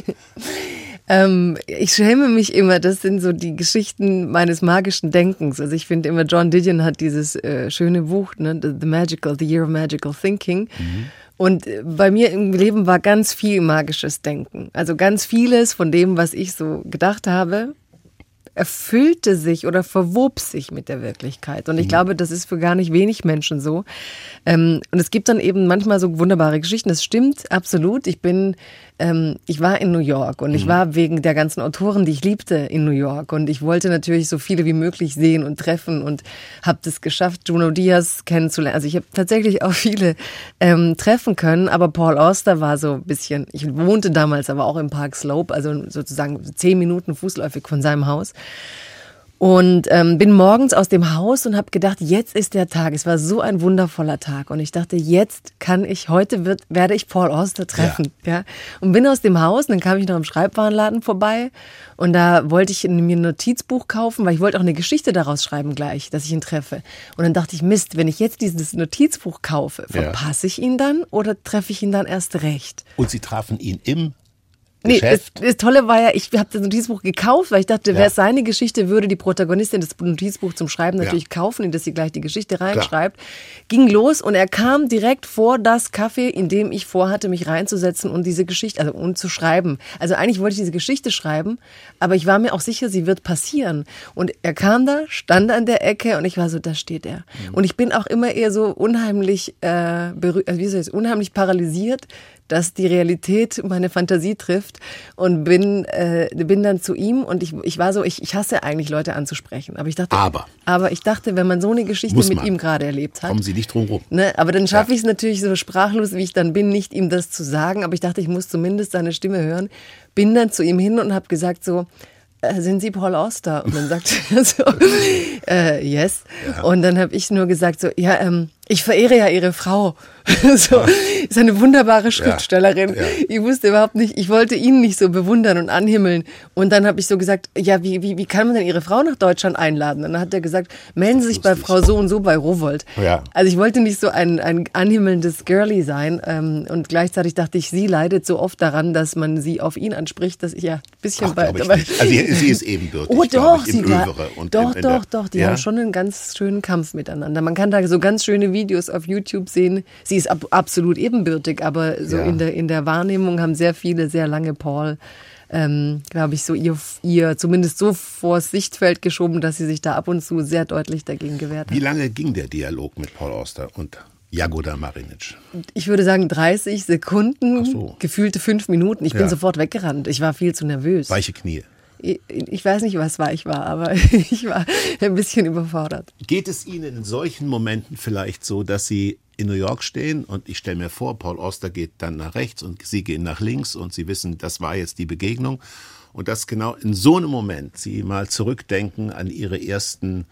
B: Ja?
C: Ich schäme mich immer, das sind so die Geschichten meines magischen Denkens. Also ich finde immer, John Didion hat dieses schöne Buch, ne, The Year of Magical Thinking. Mhm. Und bei mir im Leben war ganz viel magisches Denken. Also ganz vieles von dem, was ich so gedacht habe, erfüllte sich oder verwob sich mit der Wirklichkeit. Und ich glaube, das ist für gar nicht wenig Menschen so. Und es gibt dann eben manchmal so wunderbare Geschichten. Das stimmt absolut. Ich war in New York und ich war wegen der ganzen Autoren, die ich liebte, in New York. Und ich wollte natürlich so viele wie möglich sehen und treffen und habe das geschafft, Junot Díaz kennenzulernen. Also ich habe tatsächlich auch viele treffen können, aber Paul Auster war so ein bisschen, ich wohnte damals aber auch im Park Slope, also sozusagen 10 Minuten fußläufig von seinem Haus. Und bin morgens aus dem Haus und habe gedacht, jetzt ist der Tag. Es war so ein wundervoller Tag. Und ich dachte, werde ich Paul Auster treffen. Ja. Und bin aus dem Haus und dann kam ich noch im Schreibwarenladen vorbei. Und da wollte ich mir ein Notizbuch kaufen, weil ich wollte auch eine Geschichte daraus schreiben gleich, dass ich ihn treffe. Und dann dachte ich, Mist, wenn ich jetzt dieses Notizbuch kaufe, verpasse ich ihn dann oder treffe ich ihn dann erst recht?
B: Und Sie trafen ihn im
C: Nee, das Tolle war ja, ich habe das Notizbuch gekauft, weil ich dachte, wer seine Geschichte würde die Protagonistin das Notizbuch zum Schreiben natürlich kaufen, dass sie gleich die Geschichte reinschreibt. Klar. Ging los und er kam direkt vor das Café, in dem ich vorhatte, mich reinzusetzen und diese Geschichte, also und zu schreiben. Also eigentlich wollte ich diese Geschichte schreiben, aber ich war mir auch sicher, sie wird passieren. Und er kam da, stand an der Ecke und ich war so, da steht er. Mhm. Und ich bin auch immer eher so unheimlich, unheimlich paralysiert, dass die Realität meine Fantasie trifft und bin dann zu ihm und ich war so, ich hasse eigentlich Leute anzusprechen, aber ich dachte, wenn man so eine Geschichte mit ihm gerade erlebt hat,
B: kommen Sie nicht drum rum.
C: Ne, aber dann schaffe ich es natürlich so sprachlos, wie ich dann bin, nicht ihm das zu sagen, aber ich dachte, ich muss zumindest seine Stimme hören, bin dann zu ihm hin und habe gesagt so, sind Sie Paul Auster? Und dann sagt er so, yes. Ja. Und dann habe ich nur gesagt so, ja, ich verehre ja Ihre Frau. So, ist eine wunderbare Schriftstellerin. Ja. Ich wusste überhaupt nicht, ich wollte ihn nicht so bewundern und anhimmeln. Und dann habe ich so gesagt, ja, wie kann man denn Ihre Frau nach Deutschland einladen? Und dann hat er gesagt, melden Sie sich bei Frau so und so bei Rowohlt. Ja. Also ich wollte nicht so ein anhimmelndes Girlie sein. Und gleichzeitig dachte ich, sie leidet so oft daran, dass man sie auf ihn anspricht, dass ich ja ein bisschen bei...
B: Also sie ist ebenbürtig,
C: oh doch,
B: im Övre.
C: Doch, die haben schon einen ganz schönen Kampf miteinander. Man kann da so ganz schöne Videos auf YouTube sehen. Sie ist absolut ebenbürtig, aber so in der Wahrnehmung haben sehr viele sehr lange Paul, glaube ich, so ihr zumindest so vors Sichtfeld geschoben, dass sie sich da ab und zu sehr deutlich dagegen gewehrt hat.
B: Wie lange ging der Dialog mit Paul Auster und Jagoda Marinic?
C: Ich würde sagen 30 Sekunden, gefühlte 5 Minuten. Ich bin sofort weggerannt. Ich war viel zu nervös.
B: Weiche Knie.
C: Ich weiß nicht, was weich war, aber ich war ein bisschen überfordert.
B: Geht es Ihnen in solchen Momenten vielleicht so, dass Sie in New York stehen und ich stelle mir vor, Paul Auster geht dann nach rechts und Sie gehen nach links und Sie wissen, das war jetzt die Begegnung und dass genau in so einem Moment Sie mal zurückdenken an Ihre ersten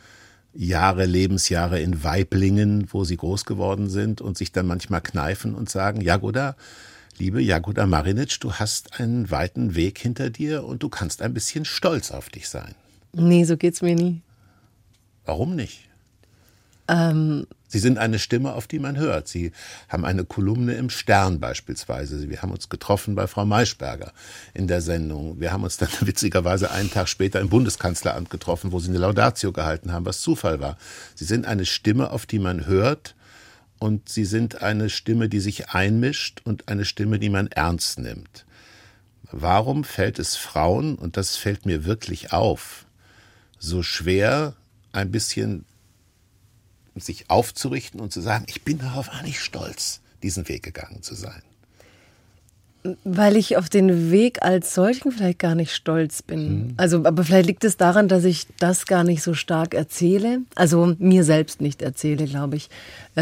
B: Lebensjahre in Waiblingen, wo Sie groß geworden sind und sich dann manchmal kneifen und sagen, Jagoda, liebe Jagoda Marinic, du hast einen weiten Weg hinter dir und du kannst ein bisschen stolz auf dich sein. Nee,
C: so geht's mir nie.
B: Warum nicht? Sie sind eine Stimme, auf die man hört. Sie haben eine Kolumne im Stern beispielsweise. Wir haben uns getroffen bei Frau Maischberger in der Sendung. Wir haben uns dann witzigerweise einen Tag später im Bundeskanzleramt getroffen, wo Sie eine Laudatio gehalten haben, was Zufall war. Sie sind eine Stimme, auf die man hört. Und Sie sind eine Stimme, die sich einmischt und eine Stimme, die man ernst nimmt. Warum fällt es Frauen, und das fällt mir wirklich auf, so schwer, ein bisschen sich aufzurichten und zu sagen, ich bin darauf eigentlich stolz, diesen Weg gegangen zu sein?
C: Weil ich auf den Weg als solchen vielleicht gar nicht stolz bin. Also, aber vielleicht liegt es daran, dass ich das gar nicht so stark erzähle. Also mir selbst nicht erzähle, glaube ich.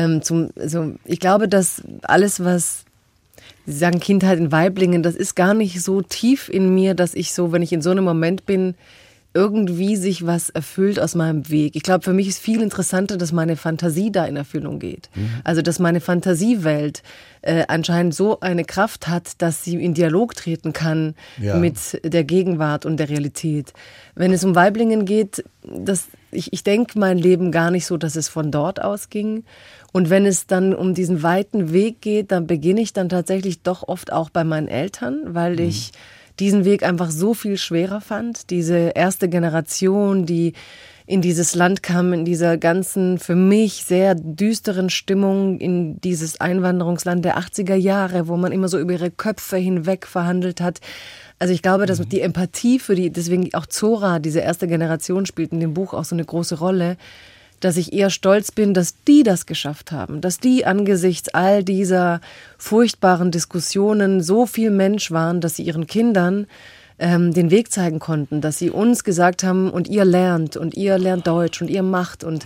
C: Ich glaube, dass alles, was Sie sagen Kindheit in Waiblingen, das ist gar nicht so tief in mir, dass ich so, wenn ich in so einem Moment bin, irgendwie sich was erfüllt aus meinem Weg. Ich glaube, für mich ist viel interessanter, dass meine Fantasie da in Erfüllung geht. Also, dass meine Fantasiewelt anscheinend so eine Kraft hat, dass sie in Dialog treten kann mit der Gegenwart und der Realität. Wenn es um Waiblingen geht, ich denke mein Leben gar nicht so, dass es von dort ausging. Und wenn es dann um diesen weiten Weg geht, dann beginne ich dann tatsächlich doch oft auch bei meinen Eltern, weil ich diesen Weg einfach so viel schwerer fand. Diese erste Generation, die in dieses Land kam, in dieser ganzen, für mich sehr düsteren Stimmung, in dieses Einwanderungsland der 80er Jahre, wo man immer so über ihre Köpfe hinweg verhandelt hat. Also ich glaube, dass die Empathie für deswegen auch Zora, diese erste Generation, spielt in dem Buch auch so eine große Rolle, dass ich eher stolz bin, dass die das geschafft haben, dass die angesichts all dieser furchtbaren Diskussionen so viel Mensch waren, dass sie ihren Kindern den Weg zeigen konnten, dass sie uns gesagt haben, und ihr lernt Deutsch und ihr macht und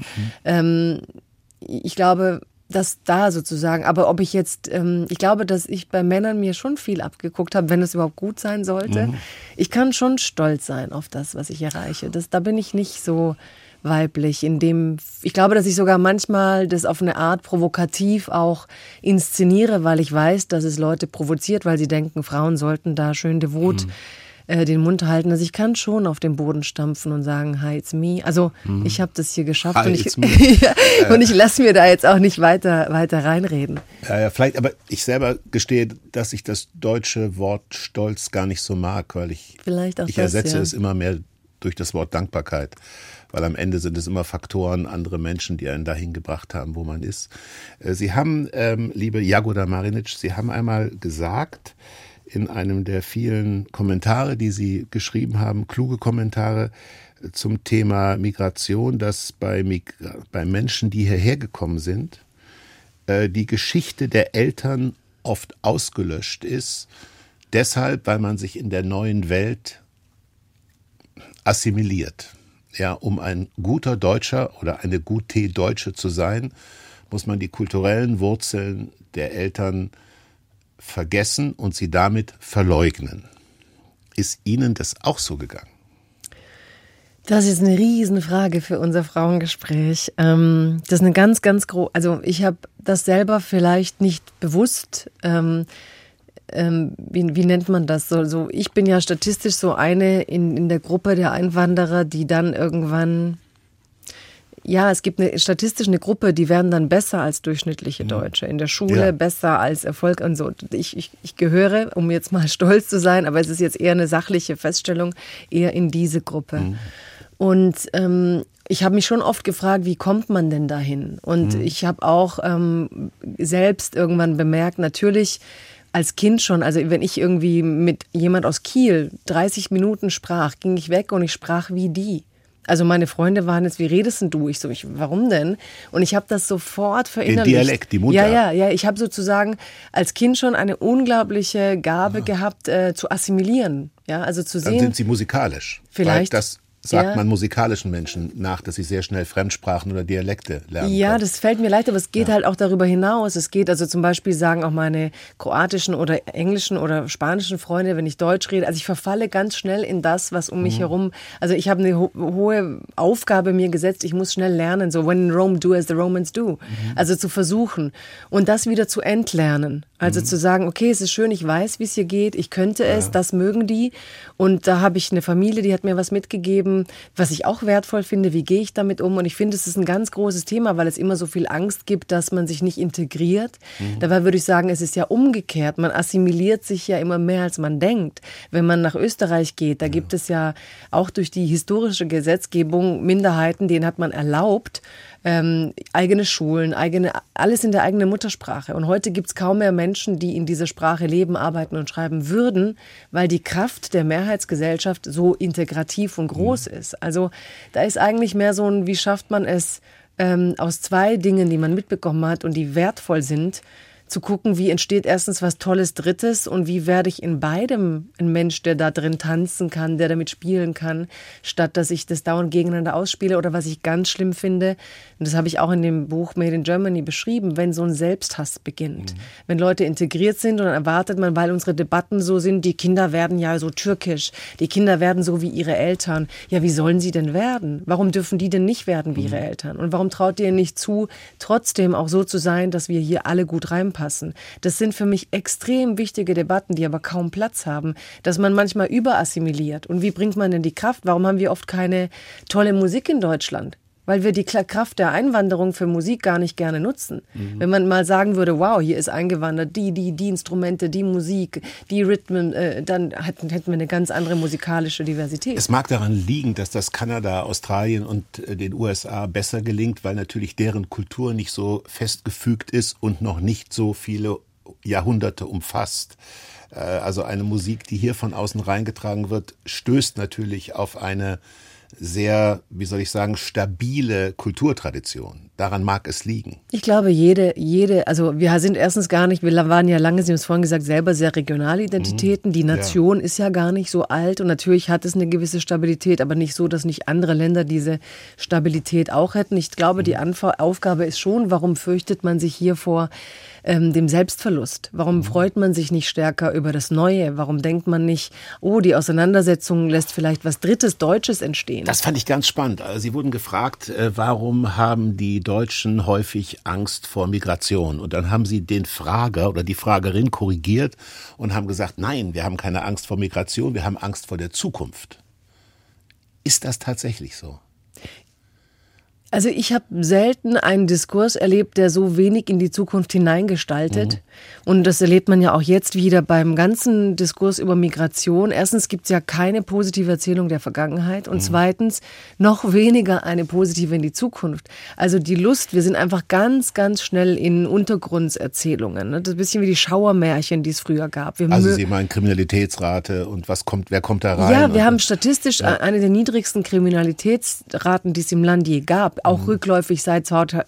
C: ich glaube, dass da sozusagen, aber ob ich jetzt, ich glaube, dass ich bei Männern mir schon viel abgeguckt habe, wenn es überhaupt gut sein sollte. Ich kann schon stolz sein auf das, was ich erreiche. Da bin ich nicht so weiblich, ich glaube, dass ich sogar manchmal das auf eine Art provokativ auch inszeniere, weil ich weiß, dass es Leute provoziert, weil sie denken, Frauen sollten da schön devot den Mund halten. Also ich kann schon auf den Boden stampfen und sagen, hi, it's me. Also ich habe das hier geschafft
B: Hi,
C: und ich lasse mir da jetzt auch nicht weiter reinreden.
B: Ja, vielleicht, aber ich selber gestehe, dass ich das deutsche Wort Stolz gar nicht so mag, weil ich ersetze es immer mehr durch das Wort Dankbarkeit. Weil am Ende sind es immer Faktoren, andere Menschen, die einen dahin gebracht haben, wo man ist. Sie haben, liebe Jagoda Marinic, Sie haben einmal gesagt, in einem der vielen Kommentare, die Sie geschrieben haben, kluge Kommentare zum Thema Migration, dass bei Menschen, die hierher gekommen sind, die Geschichte der Eltern oft ausgelöscht ist, deshalb, weil man sich in der neuen Welt assimiliert. Ja, um ein guter Deutscher oder eine gute Deutsche zu sein, muss man die kulturellen Wurzeln der Eltern vergessen und sie damit verleugnen. Ist Ihnen das auch so gegangen?
C: Das ist eine Riesenfrage für unser Frauengespräch. Das ist eine ganz, ganz große, also ich habe das selber vielleicht nicht bewusst, wie nennt man das? So, ich bin ja statistisch so eine in der Gruppe der Einwanderer, die dann irgendwann, es gibt statistisch eine Gruppe, die werden dann besser als durchschnittliche Deutsche. In der Schule besser als Erfolg und so. Ich gehöre, um jetzt mal stolz zu sein, aber es ist jetzt eher eine sachliche Feststellung, eher in diese Gruppe. Und ich habe mich schon oft gefragt, wie kommt man denn dahin? Und ich habe auch selbst irgendwann bemerkt, natürlich als Kind schon, also wenn ich irgendwie mit jemand aus Kiel 30 Minuten sprach, ging ich weg und ich sprach wie die. Also meine Freunde waren jetzt, wie redest denn du? Warum denn? Und ich habe das sofort verinnerlicht.
B: Den Dialekt, die Mutter.
C: Ja. Ich habe sozusagen als Kind schon eine unglaubliche Gabe gehabt, zu assimilieren. Ja, also zu sehen.
B: Dann sind Sie musikalisch.
C: Vielleicht.
B: Weil das sagt man musikalischen Menschen nach, dass sie sehr schnell Fremdsprachen oder Dialekte lernen
C: Ja,
B: können.
C: das fällt mir leicht, aber es geht halt auch darüber hinaus. Es geht also zum Beispiel, sagen auch meine kroatischen oder englischen oder spanischen Freunde, wenn ich Deutsch rede, also ich verfalle ganz schnell in das, was um mich herum, also ich habe eine hohe Aufgabe mir gesetzt, ich muss schnell lernen, so when in Rome do as the Romans do, also zu versuchen und das wieder zu entlernen. Also zu sagen, okay, es ist schön, ich weiß, wie es hier geht, ich könnte es, das mögen die und da habe ich eine Familie, die hat mir was mitgegeben, was ich auch wertvoll finde, wie gehe ich damit um und ich finde, es ist ein ganz großes Thema, weil es immer so viel Angst gibt, dass man sich nicht integriert. Dabei würde ich sagen, es ist ja umgekehrt, man assimiliert sich ja immer mehr, als man denkt. Wenn man nach Österreich geht, da gibt es ja auch durch die historische Gesetzgebung Minderheiten, denen hat man erlaubt, eigene Schulen, alles in der eigenen Muttersprache. Und heute gibt es kaum mehr Menschen, die in dieser Sprache leben, arbeiten und schreiben würden, weil die Kraft der Mehrheitsgesellschaft so integrativ und groß ist. Also da ist eigentlich mehr so ein, wie schafft man es, aus 2 Dingen, die man mitbekommen hat und die wertvoll sind, zu gucken, wie entsteht erstens was Tolles Drittes und wie werde ich in beidem ein Mensch, der da drin tanzen kann, der damit spielen kann, statt dass ich das dauernd gegeneinander ausspiele. Oder was ich ganz schlimm finde, und das habe ich auch in dem Buch Made in Germany beschrieben, wenn so ein Selbsthass beginnt. Wenn Leute integriert sind und dann erwartet man, weil unsere Debatten so sind, die Kinder werden ja so türkisch, die Kinder werden so wie ihre Eltern. Ja, wie sollen sie denn werden? Warum dürfen die denn nicht werden wie ihre Eltern? Und warum traut ihr nicht zu, trotzdem auch so zu sein, dass wir hier alle gut reinpassen? Das sind für mich extrem wichtige Debatten, die aber kaum Platz haben, dass man manchmal überassimiliert. Und wie bringt man denn die Kraft? Warum haben wir oft keine tolle Musik in Deutschland? Weil wir die Kraft der Einwanderung für Musik gar nicht gerne nutzen. Wenn man mal sagen würde, wow, hier ist eingewandert, die Instrumente, die Musik, die Rhythmen, dann hätten wir eine ganz andere musikalische Diversität.
B: Es mag daran liegen, dass das Kanada, Australien und den USA besser gelingt, weil natürlich deren Kultur nicht so festgefügt ist und noch nicht so viele Jahrhunderte umfasst. Also eine Musik, die hier von außen reingetragen wird, stößt natürlich auf eine sehr, wie soll ich sagen, stabile Kulturtradition. Daran mag es liegen.
C: Ich glaube, also wir sind erstens gar nicht, wir waren ja lange, Sie haben es vorhin gesagt, selber sehr Regionalidentitäten. Die Nation ist ja gar nicht so alt und natürlich hat es eine gewisse Stabilität, aber nicht so, dass nicht andere Länder diese Stabilität auch hätten. Ich glaube, die Aufgabe ist schon, warum fürchtet man sich hier vor dem Selbstverlust? Warum freut man sich nicht stärker über das Neue? Warum denkt man nicht, oh, die Auseinandersetzung lässt vielleicht was Drittes, Deutsches entstehen?
B: Das fand ich ganz spannend. Sie wurden gefragt, warum haben die Deutschen häufig Angst vor Migration? Und dann haben sie den Frager oder die Fragerin korrigiert und haben gesagt, nein, wir haben keine Angst vor Migration, wir haben Angst vor der Zukunft. Ist das tatsächlich so?
C: Also ich habe selten einen Diskurs erlebt, der so wenig in die Zukunft hineingestaltet. Und das erlebt man ja auch jetzt wieder beim ganzen Diskurs über Migration. Erstens gibt es ja keine positive Erzählung der Vergangenheit und zweitens noch weniger eine positive in die Zukunft. Also die Lust, wir sind einfach ganz, ganz schnell in Untergrundserzählungen. Das ist ein bisschen wie die Schauermärchen, die es früher gab.
B: Also Sie meinen Kriminalitätsrate und wer kommt da rein?
C: Ja, wir haben statistisch eine der niedrigsten Kriminalitätsraten, die es im Land je gab. Auch rückläufig seit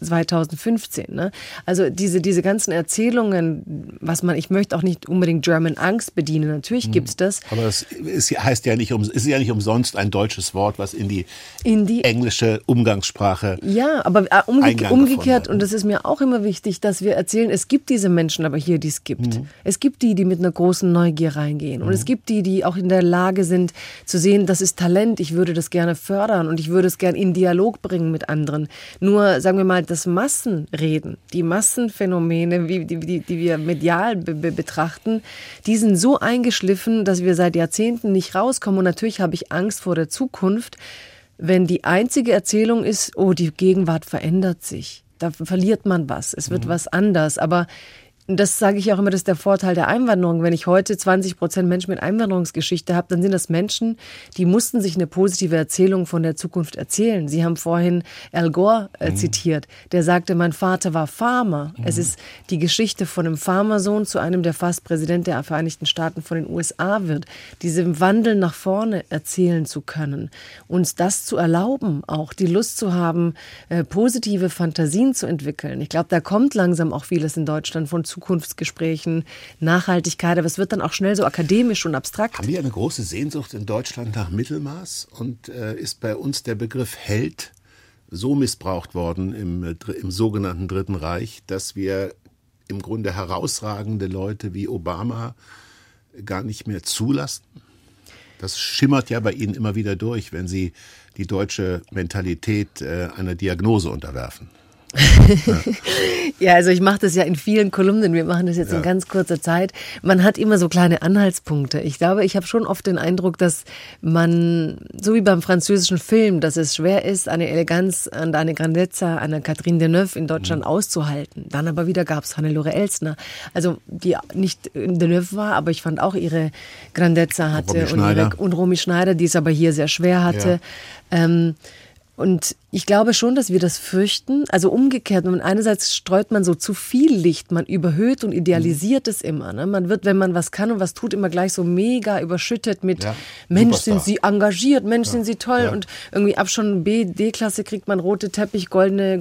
C: 2015. Ne? Also diese ganzen Erzählungen, ich möchte auch nicht unbedingt German Angst bedienen, natürlich gibt's das.
B: Aber es ist ja nicht umsonst ein deutsches Wort, was in die englische Umgangssprache
C: aber umgekehrt, und das ist mir auch immer wichtig, dass wir erzählen, es gibt diese Menschen aber hier, die es gibt. Es gibt die mit einer großen Neugier reingehen. Und es gibt die auch in der Lage sind zu sehen, das ist Talent, ich würde das gerne fördern und ich würde es gerne in Dialog bringen mit anderen. Nur, sagen wir mal, das Massenreden, die Massenphänomene, die wir medial betrachten, die sind so eingeschliffen, dass wir seit Jahrzehnten nicht rauskommen. Und natürlich habe ich Angst vor der Zukunft, wenn die einzige Erzählung ist, oh, die Gegenwart verändert sich. Da verliert man was, es wird was anders. Aber das sage ich auch immer, das ist der Vorteil der Einwanderung. Wenn ich heute 20% Menschen mit Einwanderungsgeschichte habe, dann sind das Menschen, die mussten sich eine positive Erzählung von der Zukunft erzählen. Sie haben vorhin Al Gore zitiert. Der sagte, mein Vater war Farmer. Es ist die Geschichte von einem Farmersohn zu einem, der fast Präsident der Vereinigten Staaten von den USA wird. Diesen Wandel nach vorne erzählen zu können. Uns das zu erlauben, auch die Lust zu haben, positive Fantasien zu entwickeln. Ich glaube, da kommt langsam auch vieles in Deutschland von Zukunftsgesprächen, Nachhaltigkeit, aber es wird dann auch schnell so akademisch und abstrakt.
B: Haben wir eine große Sehnsucht in Deutschland nach Mittelmaß und ist bei uns der Begriff Held so missbraucht worden im sogenannten Dritten Reich, dass wir im Grunde herausragende Leute wie Obama gar nicht mehr zulassen? Das schimmert ja bei Ihnen immer wieder durch, wenn Sie die deutsche Mentalität einer Diagnose unterwerfen.
C: Ja, also ich mache das ja in vielen Kolumnen, wir machen das jetzt in ganz kurzer Zeit. Man hat immer so kleine Anhaltspunkte. Ich glaube, ich habe schon oft den Eindruck, dass man, so wie beim französischen Film, dass es schwer ist, eine Eleganz und eine Grandezza einer Catherine Deneuve in Deutschland auszuhalten. Dann aber wieder gab es Hannelore Elsner, also die nicht Deneuve war, aber ich fand auch ihre Grandezza hatte und Romy Schneider, die es aber hier sehr schwer hatte. Ja. Und ich glaube schon, dass wir das fürchten. Also umgekehrt, einerseits streut man so zu viel Licht, man überhöht und idealisiert es immer. Ne? Man wird, wenn man was kann und was tut, immer gleich so mega überschüttet mit Mensch,
B: Superstar.
C: sind sie engagiert, Mensch, sind sie toll. Und irgendwie ab schon B, D-Klasse kriegt man rote Teppich, goldene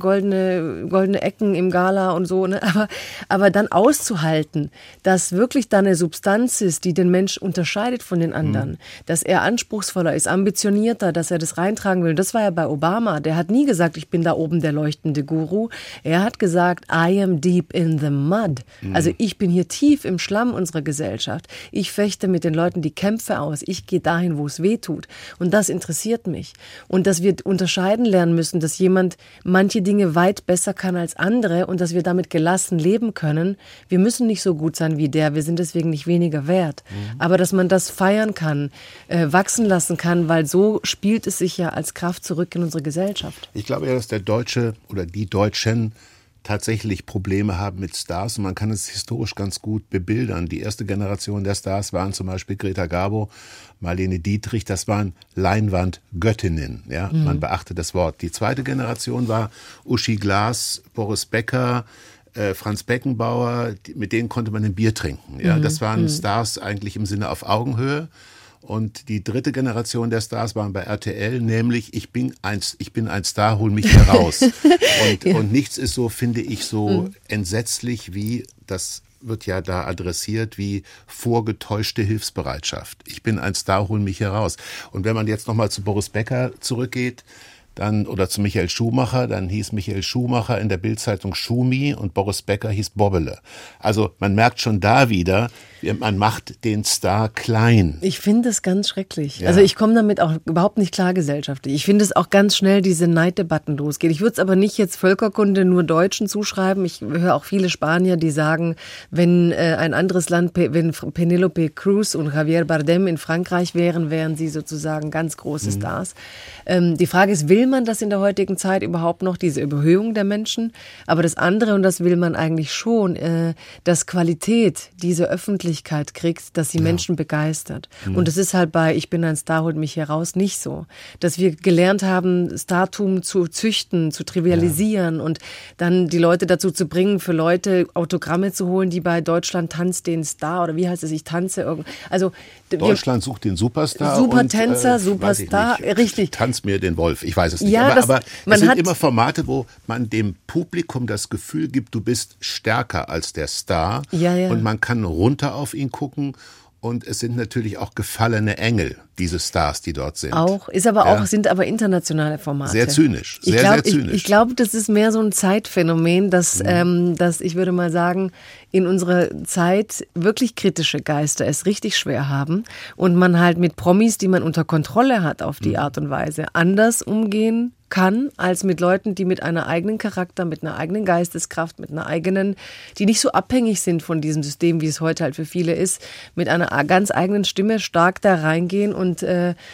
C: Ecken im Gala und so. Ne? Aber dann auszuhalten, dass wirklich da eine Substanz ist, die den Mensch unterscheidet von den anderen, dass er anspruchsvoller ist, ambitionierter, dass er das reintragen will. Das war ja bei Obama. Der hat nie gesagt, ich bin da oben der leuchtende Guru. Er hat gesagt, I am deep in the mud. Also ich bin hier tief im Schlamm unserer Gesellschaft. Ich fechte mit den Leuten die Kämpfe aus. Ich gehe dahin, wo es weh tut. Und das interessiert mich. Und dass wir unterscheiden lernen müssen, dass jemand manche Dinge weit besser kann als andere und dass wir damit gelassen leben können. Wir müssen nicht so gut sein wie der. Wir sind deswegen nicht weniger wert. Aber dass man das feiern kann, wachsen lassen kann, weil so spielt es sich ja als Kraft zurück in unsere Gesellschaft.
B: Ich glaube ja, dass der Deutsche oder die Deutschen tatsächlich Probleme haben mit Stars und man kann es historisch ganz gut bebildern. Die erste Generation der Stars waren zum Beispiel Greta Garbo, Marlene Dietrich, das waren Leinwandgöttinnen. Ja? Man beachte das Wort. Die zweite Generation war Uschi Glas, Boris Becker, Franz Beckenbauer, mit denen konnte man ein Bier trinken. Ja? Das waren Stars eigentlich im Sinne auf Augenhöhe. Und die dritte Generation der Stars waren bei RTL, nämlich ich bin ein Star, hol mich heraus. Und nichts ist so, finde ich, so entsetzlich wie, das wird ja da adressiert, wie vorgetäuschte Hilfsbereitschaft. Ich bin ein Star, hol mich heraus. Und wenn man jetzt nochmal zu Boris Becker zurückgeht, oder zu Michael Schumacher, dann hieß Michael Schumacher in der Bildzeitung Schumi und Boris Becker hieß Bobbele. Also man merkt schon da wieder, man macht den Star klein.
C: Ich finde es ganz schrecklich.
B: Ja.
C: Also ich komme damit auch überhaupt nicht klar gesellschaftlich. Ich finde es auch ganz schnell, diese Neiddebatten losgehen. Ich würde es aber nicht jetzt Völkerkunde nur Deutschen zuschreiben. Ich höre auch viele Spanier, die sagen, wenn ein anderes Land, wenn Penélope Cruz und Javier Bardem in Frankreich wären sie sozusagen ganz große Stars. Die Frage ist, will man das in der heutigen Zeit überhaupt noch, diese Überhöhung der Menschen? Aber das andere, und das will man eigentlich schon, dass Qualität diese Öffentlichkeit kriegt, dass sie Menschen begeistert. Und das ist halt bei Ich bin ein Star, holt mich hier raus nicht so. Dass wir gelernt haben, Startum zu züchten, zu trivialisieren und dann die Leute dazu zu bringen, für Leute Autogramme zu holen, die bei Deutschland tanzt den Star oder wie heißt es, ich tanze. Also
B: Deutschland sucht den Superstar.
C: Supertänzer, Superstar, richtig.
B: Tanz mir den Wolf, ich weiß es nicht.
C: Ja,
B: aber es sind immer Formate, wo man dem Publikum das Gefühl gibt, du bist stärker als der Star.
C: Ja.
B: Und man kann runter auf ihn gucken. Und es sind natürlich auch gefallene Engel, diese Stars, die dort sind.
C: Sind aber internationale Formate.
B: Sehr zynisch, sehr zynisch.
C: Ich glaube, das ist mehr so ein Zeitphänomen, dass ich würde mal sagen, in unserer Zeit wirklich kritische Geister es richtig schwer haben und man halt mit Promis, die man unter Kontrolle hat auf die Art und Weise, anders umgehen kann, als mit Leuten, die mit einer eigenen Charakter, mit einer eigenen Geisteskraft, mit einer eigenen, die nicht so abhängig sind von diesem System, wie es heute halt für viele ist, mit einer ganz eigenen Stimme stark da reingehen und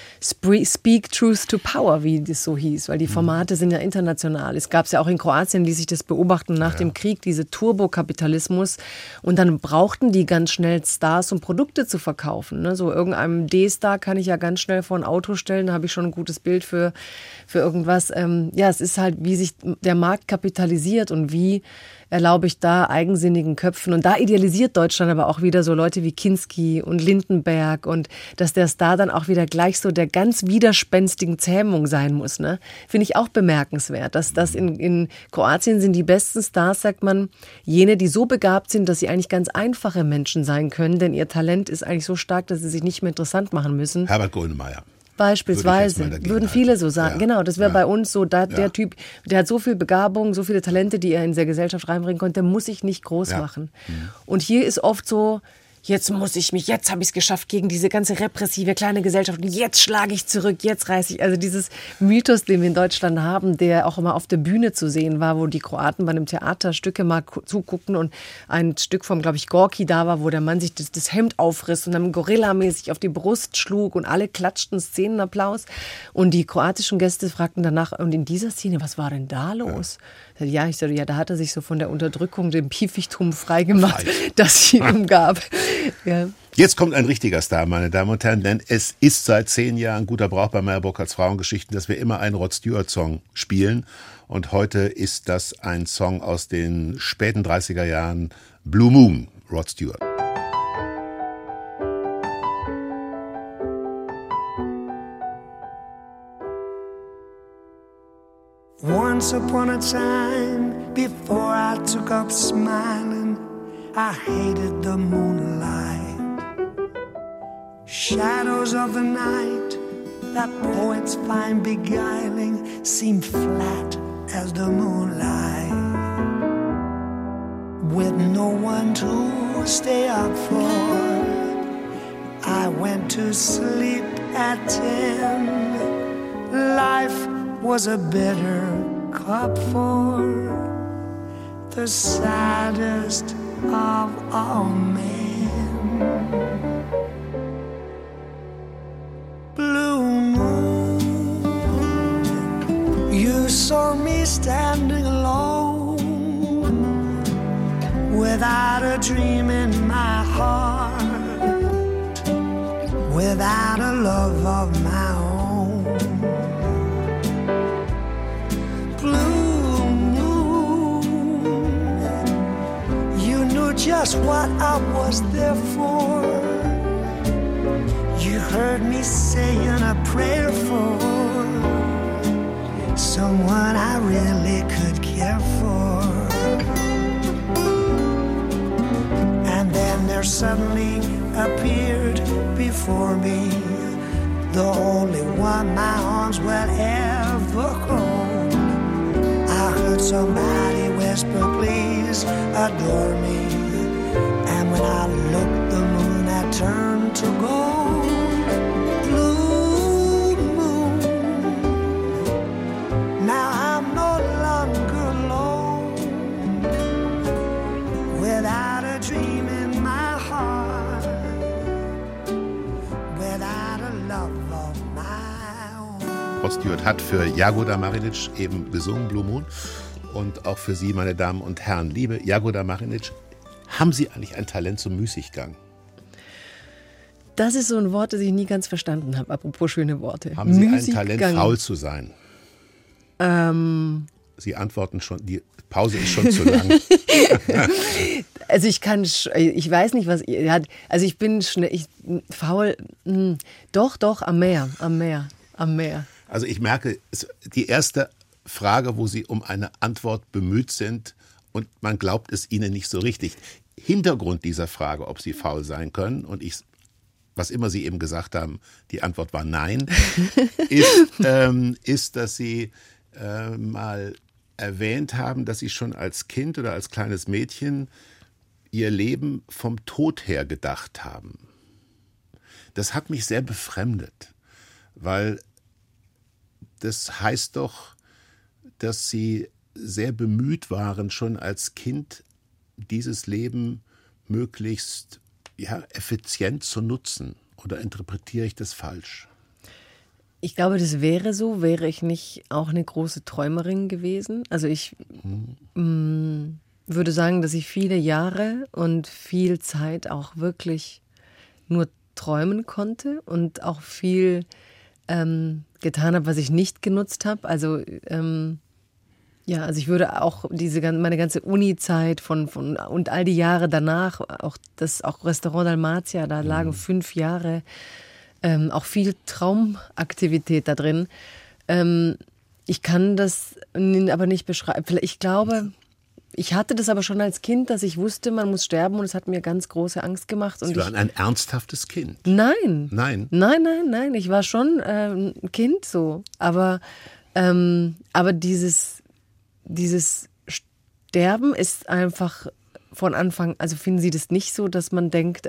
C: speak truth to power, wie das so hieß, weil die Formate sind ja international. Es gab es ja auch in Kroatien, die sich das beobachten nach dem Krieg, diese Turbokapitalismus und dann brauchten die ganz schnell Stars, um Produkte zu verkaufen. Ne? So irgendeinem D-Star kann ich ja ganz schnell vor ein Auto stellen, da habe ich schon ein gutes Bild für irgendwas. Es ist halt, wie sich der Markt kapitalisiert und wie erlaube ich da eigensinnigen Köpfen. Und da idealisiert Deutschland aber auch wieder so Leute wie Kinski und Lindenberg und dass der Star dann auch wieder gleich so der ganz widerspenstigen Zähmung sein muss. Ne? Finde ich auch bemerkenswert, dass das in Kroatien sind die besten Stars, sagt man, jene, die so begabt sind, dass sie eigentlich ganz einfache Menschen sein können, denn ihr Talent ist eigentlich so stark, dass sie sich nicht mehr interessant machen müssen.
B: Herbert Grönemeyer.
C: Beispielsweise, würden viele so sagen.
B: Ja.
C: Genau, das wäre bei uns so, der Typ, der hat so viel Begabung, so viele Talente, die er in der Gesellschaft reinbringen konnte, muss sich nicht groß machen. Und hier ist oft so, jetzt habe ich es geschafft gegen diese ganze repressive kleine Gesellschaft. Jetzt schlage ich zurück, jetzt reiße ich. Also dieses Mythos, den wir in Deutschland haben, der auch immer auf der Bühne zu sehen war, wo die Kroaten bei einem Theater Stücke mal zuguckten und ein Stück vom, glaube ich, Gorki da war, wo der Mann sich das Hemd aufriss und dann gorillamäßig auf die Brust schlug und alle klatschten, Szenenapplaus. Und die kroatischen Gäste fragten danach, und in dieser Szene, was war denn da los? Ja, ich sagte, da hat er sich so von der Unterdrückung, dem Piefichtum freigemacht, das ihn umgab. Ja.
B: Jetzt kommt ein richtiger Star, meine Damen und Herren, denn es ist seit 10 Jahren guter Brauch bei Meyer Burkhardts Frauengeschichten, dass wir immer einen Rod Stewart-Song spielen. Und heute ist das ein Song aus den späten 30er Jahren, Blue Moon, Rod Stewart.
A: Once upon a time, before I took up smiling, I hated the moonlight. Shadows of the night that poets find beguiling seem flat as the moonlight. With no one to stay up for, I went to sleep at 10. Life was a bitter cup for the saddest of all men. Blue moon, you saw me standing alone, without a dream in my heart, without a love of my own. Blue moon, you knew just what I was there for. You heard me saying a prayer for someone I really could care for. And then there suddenly appeared before me the only one my arms would ever hold. I heard somebody whisper, please adore me. And when I looked, the moon had turned to gold. Blue moon, now I'm no longer alone, without a dream in my heart, without a love of my own.
B: Rod Stewart hat für Jagoda Marinic eben gesungen, Blue Moon. Und auch für Sie, meine Damen und Herren, liebe Jagoda Marinic, haben Sie eigentlich ein Talent zum Müßiggang?
C: Das ist so ein Wort, das ich nie ganz verstanden habe, apropos schöne Worte.
B: Haben Sie
C: Müßiggang.
B: ein Talent, faul zu sein? Sie antworten schon, die Pause ist schon zu lang.
C: Also ich weiß nicht, was ihr hat. Also ich bin faul, doch, am Meer.
B: Also ich merke, die erste Frage, wo Sie um eine Antwort bemüht sind und man glaubt es Ihnen nicht so richtig. Hintergrund dieser Frage, ob Sie faul sein können, und was immer Sie eben gesagt haben, die Antwort war nein, ist, dass Sie mal erwähnt haben, dass Sie schon als Kind oder als kleines Mädchen Ihr Leben vom Tod her gedacht haben. Das hat mich sehr befremdet, weil das heißt doch, dass Sie sehr bemüht waren, schon als Kind dieses Leben möglichst effizient zu nutzen. Oder interpretiere ich das falsch?
C: Ich glaube, das wäre so, wäre ich nicht auch eine große Träumerin gewesen. Also ich würde sagen, dass ich viele Jahre und viel Zeit auch wirklich nur träumen konnte und auch viel getan habe, was ich nicht genutzt habe. Also also ich würde auch meine ganze Uni-Zeit und all die Jahre danach, auch Restaurant Dalmatia, da lagen 5 Jahre, auch viel Traumaktivität da drin. Ich kann das aber nicht beschreiben. Ich glaube, ich hatte das aber schon als Kind, dass ich wusste, man muss sterben, und es hat mir ganz große Angst gemacht. Und
B: Sie waren ein ernsthaftes Kind?
C: Nein.
B: Nein?
C: Nein. Ich war schon ein Kind so. Aber dieses Sterben ist einfach von Anfang, also finden Sie das nicht so, dass man denkt,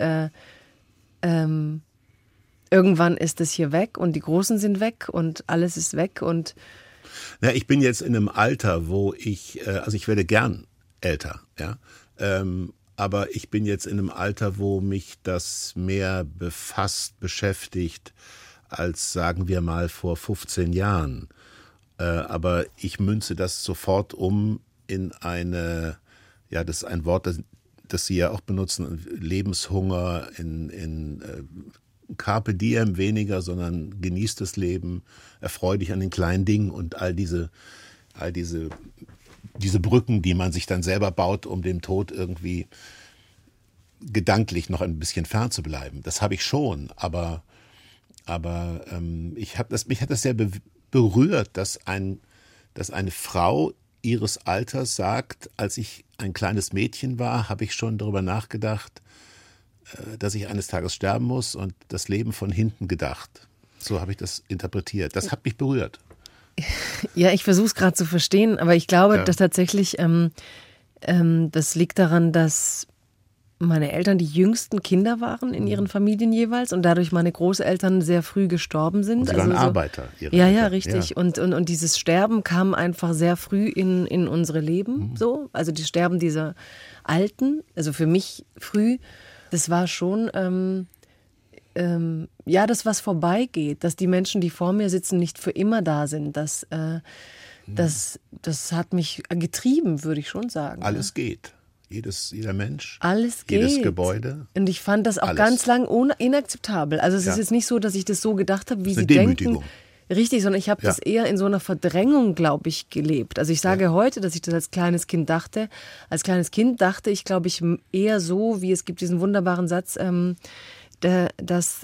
C: irgendwann ist es hier weg und die Großen sind weg und alles ist weg und...
B: Ja, ich bin jetzt in einem Alter, wo ich werde gern älter, ja, aber ich bin jetzt in einem Alter, wo mich das mehr beschäftigt, als, sagen wir mal, vor 15 Jahren. Aber ich münze das sofort um in das ist ein Wort, das Sie ja auch benutzen, Lebenshunger, in Carpe diem weniger, sondern genieß das Leben, erfreu dich an den kleinen Dingen und all diese Brücken, die man sich dann selber baut, um dem Tod irgendwie gedanklich noch ein bisschen fern zu bleiben. Das habe ich schon, aber mich hat das sehr berührt, dass eine Frau ihres Alters sagt, als ich ein kleines Mädchen war, habe ich schon darüber nachgedacht, dass ich eines Tages sterben muss und das Leben von hinten gedacht. So habe ich das interpretiert. Das hat mich berührt.
C: Ja, ich versuche es gerade zu verstehen, aber ich glaube, dass tatsächlich das liegt daran, dass meine Eltern die jüngsten Kinder waren in ihren Familien jeweils und dadurch meine Großeltern sehr früh gestorben sind.
B: Und sie waren Arbeiter.
C: Ja, richtig. Ja. Und dieses Sterben kam einfach sehr früh in unsere Leben. So. Also das Sterben dieser Alten, also für mich früh, das war schon das, was vorbeigeht, dass die Menschen, die vor mir sitzen, nicht für immer da sind. Das hat mich getrieben, würde ich schon sagen.
B: Alles geht. Jeder Mensch,
C: alles geht.
B: Jedes Gebäude.
C: Und ich fand das auch ganz lang inakzeptabel. Also es ist jetzt nicht so, dass ich das so gedacht habe, wie Sie denken. Richtig, sondern ich habe das eher in so einer Verdrängung, glaube ich, gelebt. Also ich sage heute, dass ich das als kleines Kind dachte. Als kleines Kind dachte ich, glaube ich, eher so, wie es gibt diesen wunderbaren Satz, dass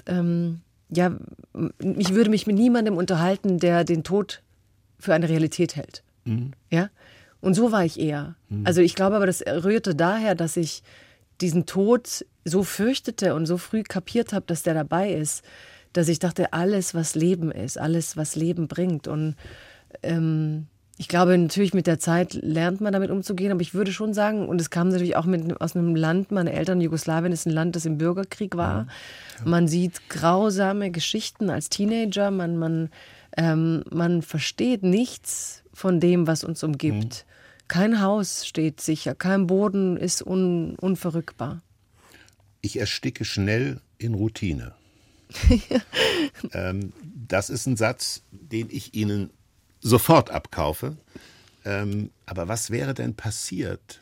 C: ich würde mich mit niemandem unterhalten, der den Tod für eine Realität hält. Ja? Und so war ich eher. Also ich glaube aber, das rührte daher, dass ich diesen Tod so fürchtete und so früh kapiert habe, dass der dabei ist, dass ich dachte, alles, was Leben ist, alles, was Leben bringt. Und ich glaube, natürlich mit der Zeit lernt man damit umzugehen, aber ich würde schon sagen, und es kam natürlich auch aus einem Land, meine Eltern, Jugoslawien ist ein Land, das im Bürgerkrieg war. Ja. Man sieht grausame Geschichten als Teenager, man versteht nichts von dem, was uns umgibt. Kein Haus steht sicher, kein Boden ist unverrückbar.
B: Ich ersticke schnell in Routine. Das ist ein Satz, den ich Ihnen sofort abkaufe. Aber was wäre denn passiert,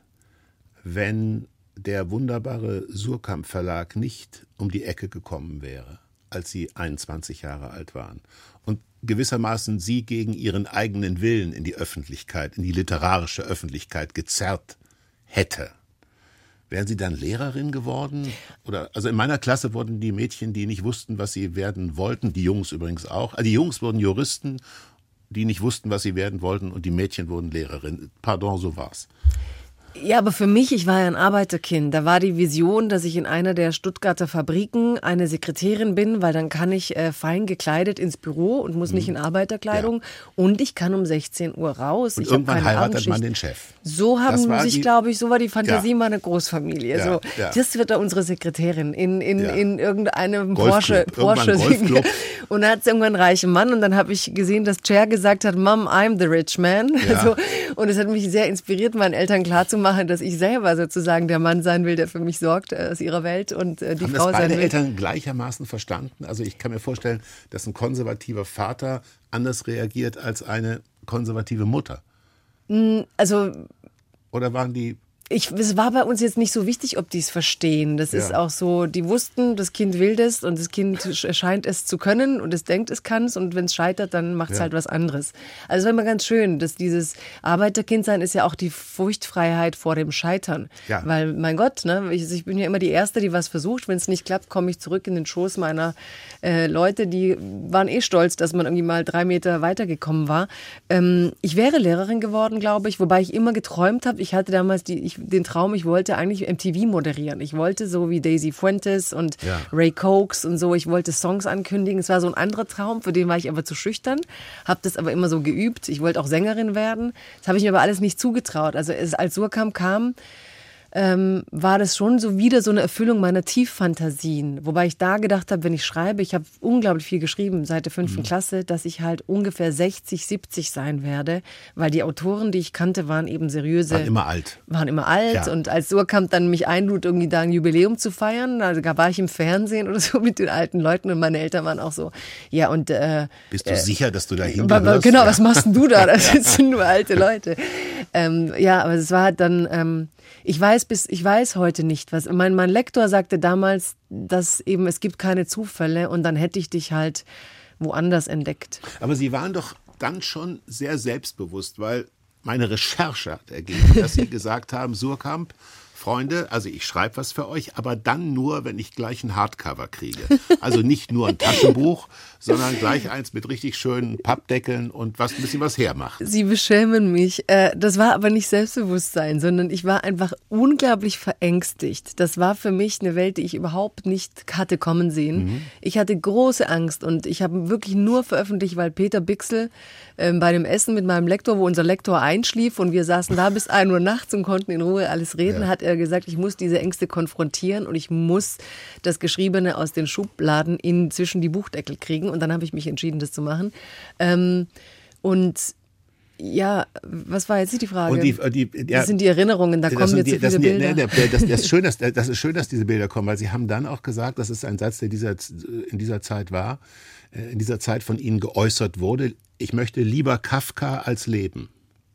B: wenn der wunderbare Suhrkamp Verlag nicht um die Ecke gekommen wäre, als Sie 21 Jahre alt waren und gewissermaßen Sie gegen Ihren eigenen Willen in die Öffentlichkeit, in die literarische Öffentlichkeit gezerrt hätte? Wären Sie dann Lehrerin geworden? Also in meiner Klasse wurden die Mädchen, die nicht wussten, was sie werden wollten, die Jungs übrigens auch, die Jungs wurden Juristen, die nicht wussten, was sie werden wollten, und die Mädchen wurden Lehrerinnen. Pardon, so war's.
C: Ja, aber für mich, ich war ja ein Arbeiterkind. Da war die Vision, dass ich in einer der Stuttgarter Fabriken eine Sekretärin bin, weil dann kann ich fein gekleidet ins Büro und muss nicht in Arbeiterkleidung. Ja. Und ich kann um 16 Uhr raus.
B: Und irgendwann heiratet man den Chef.
C: So so war die Fantasie meiner Großfamilie.
B: Ja,
C: so,
B: ja.
C: Das wird da unsere Sekretärin in irgendeinem Porsche. Und dann hat es irgendwann einen reichen Mann und dann habe ich gesehen, dass Cher gesagt hat, Mom, I'm the rich man.
B: Ja.
C: So, und es hat mich sehr inspiriert, meinen Eltern klarzumachen, dass ich selber sozusagen der Mann sein will, der für mich sorgt aus ihrer Welt und die
B: Haben
C: Frau sein will.
B: Haben das beide Eltern gleichermaßen verstanden? Also ich kann mir vorstellen, dass ein konservativer Vater anders reagiert als eine konservative Mutter.
C: Also
B: oder waren die...
C: Es war bei uns jetzt nicht so wichtig, ob die es verstehen. Das ist auch so, die wussten, das Kind will das und das Kind scheint es zu können und es denkt, es kann es, und wenn es scheitert, dann macht es halt was anderes. Also es war immer ganz schön, dass dieses Arbeiterkindsein ist ja auch die Furchtfreiheit vor dem Scheitern. Ja. Weil, mein Gott, ne, ich bin ja immer die Erste, die was versucht. Wenn es nicht klappt, komme ich zurück in den Schoß meiner Leute, die waren stolz, dass man irgendwie mal 3 Meter weitergekommen war. Ich wäre Lehrerin geworden, glaube ich, wobei ich immer geträumt habe. Ich hatte damals den Traum, ich wollte eigentlich MTV moderieren. Ich wollte so wie Daisy Fuentes und Ray Cokes und so, ich wollte Songs ankündigen. Es war so ein anderer Traum, für den war ich aber zu schüchtern, habe das aber immer so geübt. Ich wollte auch Sängerin werden. Das habe ich mir aber alles nicht zugetraut. Also als Suhrkamp kam, war das schon so wieder so eine Erfüllung meiner Tieffantasien. Wobei ich da gedacht habe, wenn ich schreibe, ich habe unglaublich viel geschrieben seit der 5. Klasse, dass ich halt ungefähr 60, 70 sein werde, weil die Autoren, die ich kannte, waren eben seriöse. Waren immer alt. Ja. Und als Suhrkamp dann mich einlud, irgendwie da ein Jubiläum zu feiern, also da war ich im Fernsehen oder so mit den alten Leuten und meine Eltern waren auch so, ja und...
B: Bist du sicher, dass du da hingehörst?
C: Genau, was machst denn du da? Das sind nur alte Leute. Aber es war halt dann... Ich weiß heute nicht, was. Mein Lektor sagte damals, dass eben es gibt keine Zufälle und dann hätte ich dich halt woanders entdeckt.
B: Aber Sie waren doch dann schon sehr selbstbewusst, weil meine Recherche hat ergeben, dass Sie gesagt haben, Suhrkamp, Freunde, also ich schreibe was für euch, aber dann nur, wenn ich gleich ein Hardcover kriege. Also nicht nur ein Taschenbuch, sondern gleich eins mit richtig schönen Pappdeckeln und ein bisschen was hermacht.
C: Sie beschämen mich. Das war aber nicht Selbstbewusstsein, sondern ich war einfach unglaublich verängstigt. Das war für mich eine Welt, die ich überhaupt nicht hatte kommen sehen. Ich hatte große Angst und ich habe wirklich nur veröffentlicht, weil Peter Bixel bei dem Essen mit meinem Lektor, wo unser Lektor einschlief und wir saßen da bis 1 Uhr nachts und konnten in Ruhe alles reden, hat er gesagt, ich muss diese Ängste konfrontieren und ich muss das Geschriebene aus den Schubladen zwischen die Buchdeckel kriegen. Und dann habe ich mich entschieden, das zu machen. Und ja, was war jetzt die Frage? Das sind die Erinnerungen, da kommen jetzt so viele Bilder.
B: Das ist schön, dass diese Bilder kommen, weil Sie haben dann auch gesagt, das ist ein Satz, der in dieser Zeit war, in dieser Zeit von Ihnen geäußert wurde, ich möchte lieber Kafka als leben.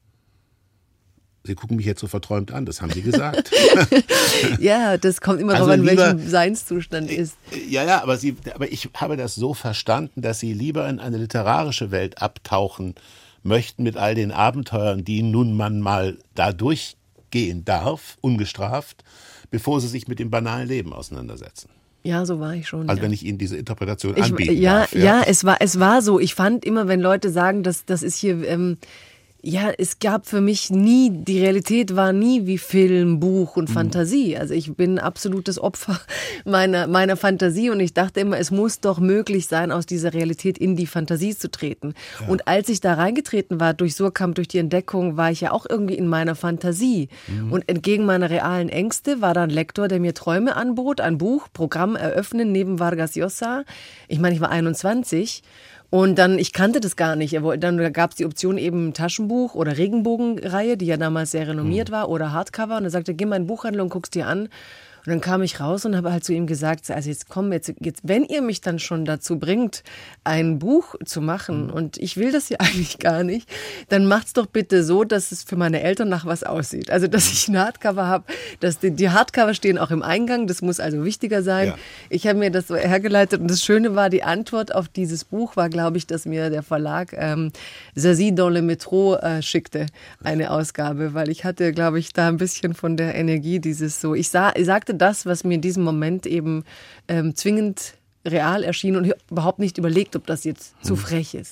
B: Sie gucken mich jetzt so verträumt an, das haben Sie gesagt.
C: Ja, das kommt immer darauf an, welchem Seinszustand ist.
B: Ja, aber ich habe das so verstanden, dass Sie lieber in eine literarische Welt abtauchen möchten mit all den Abenteuern, die nun man mal da durchgehen darf, ungestraft, bevor Sie sich mit dem banalen Leben auseinandersetzen.
C: Ja, so war ich schon.
B: Also wenn ich Ihnen diese Interpretation anbieten darf.
C: Ja, es war so. Ich fand immer, wenn Leute sagen, das ist hier... Ja, es gab für mich nie, die Realität war nie wie Film, Buch und Fantasie. Also ich bin ein absolutes Opfer meiner Fantasie und ich dachte immer, es muss doch möglich sein, aus dieser Realität in die Fantasie zu treten. Ja. Und als ich da reingetreten war, durch Suhrkamp, durch die Entdeckung, war ich ja auch irgendwie in meiner Fantasie. Und entgegen meiner realen Ängste war da ein Lektor, der mir Träume anbot, ein Buch, Programm eröffnen neben Vargas Llosa. Ich meine, ich war 21. Und dann, ich kannte das gar nicht. Dann gab es die Option eben Taschenbuch oder Regenbogenreihe, die ja damals sehr renommiert war, oder Hardcover. Und er sagte, geh mal in die Buchhandlung, guck's dir an. Und dann kam ich raus und habe halt zu ihm gesagt, also jetzt wenn ihr mich dann schon dazu bringt, ein Buch zu machen und ich will das ja eigentlich gar nicht, dann macht's doch bitte so, dass es für meine Eltern nach was aussieht. Also, dass ich ein Hardcover habe, dass die Hardcover stehen auch im Eingang, das muss also wichtiger sein. Ja. Ich habe mir das so hergeleitet und das Schöne war, die Antwort auf dieses Buch war, glaube ich, dass mir der Verlag Zazie dans le Métro schickte, eine Ausgabe, weil ich hatte, glaube ich, da ein bisschen von der Energie dieses so, ich sagte das, was mir in diesem Moment eben zwingend real erschien und ich habe überhaupt nicht überlegt, ob das jetzt zu frech ist.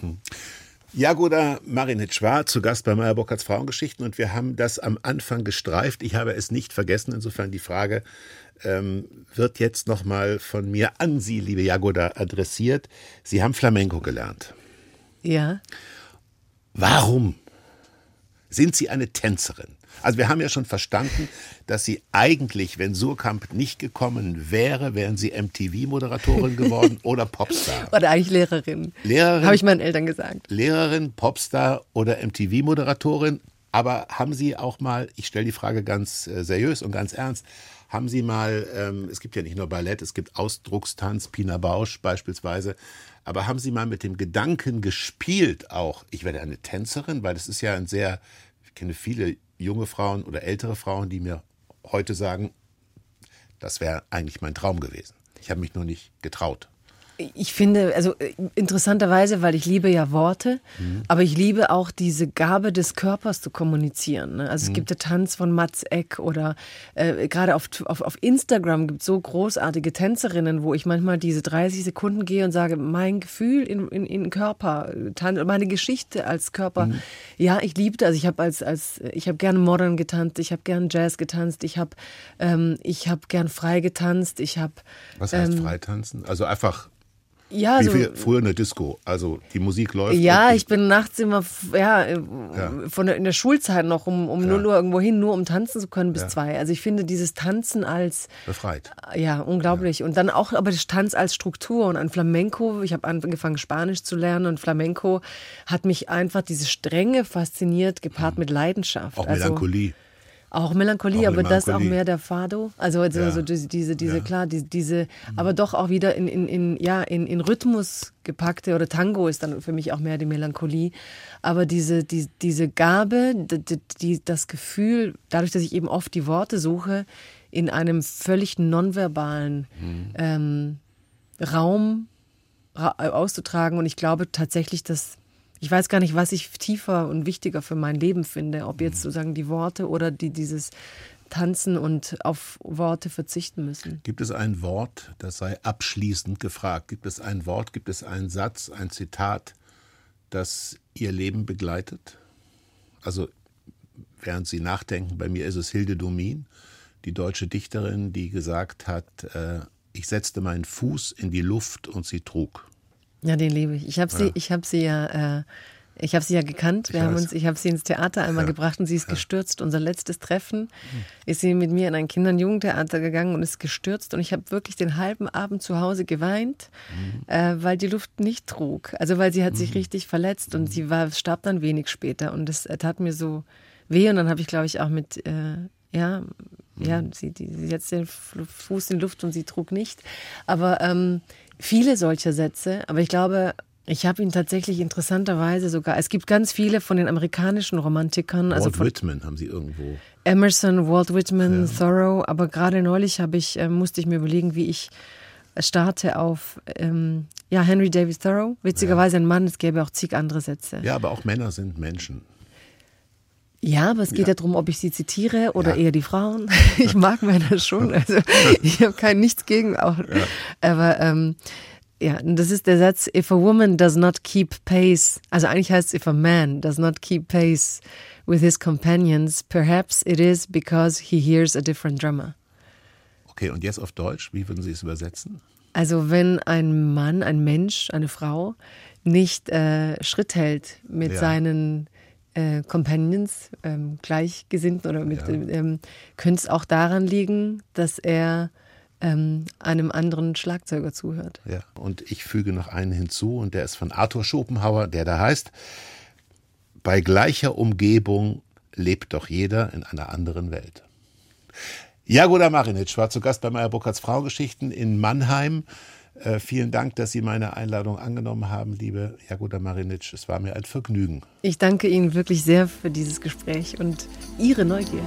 B: Jagoda Marinic war zu Gast bei Meyer Burkhardts Frauengeschichten und wir haben das am Anfang gestreift. Ich habe es nicht vergessen, insofern die Frage wird jetzt nochmal von mir an Sie, liebe Jagoda, adressiert. Sie haben Flamenco gelernt.
C: Ja.
B: Warum? Sind Sie eine Tänzerin? Also wir haben ja schon verstanden, dass Sie eigentlich, wenn Suhrkamp nicht gekommen wäre, wären Sie MTV-Moderatorin geworden oder Popstar.
C: Oder eigentlich Lehrerin.
B: Lehrerin.
C: Habe ich meinen Eltern gesagt.
B: Lehrerin, Popstar oder MTV-Moderatorin. Aber haben Sie auch mal, ich stelle die Frage ganz seriös und ganz ernst, haben Sie mal, es gibt ja nicht nur Ballett, es gibt Ausdruckstanz, Pina Bausch beispielsweise, aber haben Sie mal mit dem Gedanken gespielt auch, ich werde eine Tänzerin, weil das ist ja ein sehr, ich kenne viele junge Frauen oder ältere Frauen, die mir heute sagen, das wäre eigentlich mein Traum gewesen. Ich habe mich nur nicht getraut.
C: Ich finde, also interessanterweise, weil ich liebe ja Worte, aber ich liebe auch diese Gabe des Körpers zu kommunizieren. Ne? Also es gibt den Tanz von Mats Eck oder gerade auf Instagram gibt es so großartige Tänzerinnen, wo ich manchmal diese 30 Sekunden gehe und sage, mein Gefühl in den Körper, meine Geschichte als Körper. Ja, ich liebte, also ich habe gerne Modern getanzt, ich habe gerne Jazz getanzt, ich habe gern frei getanzt,
B: Was heißt freitanzen? Also einfach...
C: Ja,
B: wie viel früher in der Disco, also die Musik läuft.
C: Ja, ich bin nachts immer in der Schulzeit noch um 0 Uhr irgendwo hin, nur um tanzen zu können bis 2. Also ich finde dieses Tanzen als...
B: Befreit.
C: Ja, unglaublich. Ja. Und dann auch aber das Tanz als Struktur und an Flamenco, ich habe angefangen Spanisch zu lernen und Flamenco hat mich einfach diese Strenge fasziniert, gepaart mit Leidenschaft.
B: Auch Melancholie.
C: Auch Melancholie, aber das auch mehr der Fado. Also
B: Ja.
C: so diese, aber doch auch wieder in Rhythmus gepackte, oder Tango ist dann für mich auch mehr die Melancholie. Aber diese Gabe, das Gefühl, dadurch, dass ich eben oft die Worte suche, in einem völlig nonverbalen Raum auszutragen. Und ich glaube tatsächlich, dass ich weiß gar nicht, was ich tiefer und wichtiger für mein Leben finde, ob jetzt sozusagen die Worte oder dieses Tanzen und auf Worte verzichten müssen.
B: Gibt es ein Wort, das sei abschließend gefragt? Gibt es ein Wort, gibt es einen Satz, ein Zitat, das Ihr Leben begleitet? Also während Sie nachdenken, bei mir ist es Hilde Domin, die deutsche Dichterin, die gesagt hat, ich setzte meinen Fuß in die Luft und sie trug.
C: Ja, den liebe ich. Ich habe sie ja gekannt. Ich habe sie ins Theater einmal gebracht und sie ist gestürzt. Unser letztes Treffen ist sie mit mir in ein Kinder- und Jugendtheater gegangen und ist gestürzt. Und ich habe wirklich den halben Abend zu Hause geweint, weil die Luft nicht trug. Also weil sie hat sich richtig verletzt und sie starb dann wenig später. Und das tat mir so weh. Und dann habe ich, glaube ich, auch mit sie setzte den Fuß in die Luft und sie trug nicht. Aber viele solcher Sätze. Aber ich glaube, ich habe ihn tatsächlich interessanterweise sogar, es gibt ganz viele von den amerikanischen Romantikern.
B: Walt Whitman haben Sie irgendwo.
C: Emerson, Walt Whitman, Thoreau. Aber gerade neulich musste ich mir überlegen, wie ich starte auf Henry David Thoreau. Witzigerweise ein Mann, es gäbe auch zig andere Sätze.
B: Ja, aber auch Männer sind Menschen.
C: Ja, aber es geht ja darum, ob ich sie zitiere oder eher die Frauen. Ich mag Männer schon, also ich habe nichts gegen auch. Aber das ist der Satz, if a woman does not keep pace, also eigentlich heißt es, if a man does not keep pace with his companions, perhaps it is because he hears a different drummer.
B: Okay, und jetzt auf Deutsch, wie würden Sie es übersetzen?
C: Also wenn ein Mann, ein Mensch, eine Frau nicht Schritt hält mit seinen Companions, Gleichgesinnten oder könnte es auch daran liegen, dass er einem anderen Schlagzeuger zuhört.
B: Ja, und ich füge noch einen hinzu und der ist von Arthur Schopenhauer, der da heißt, bei gleicher Umgebung lebt doch jeder in einer anderen Welt. Jagoda Marinic war zu Gast bei Meyer Burkhardts Frauengeschichten in Mannheim. Vielen Dank, dass Sie meine Einladung angenommen haben, liebe Jagoda Marinic. Es war mir ein Vergnügen.
C: Ich danke Ihnen wirklich sehr für dieses Gespräch und Ihre Neugier.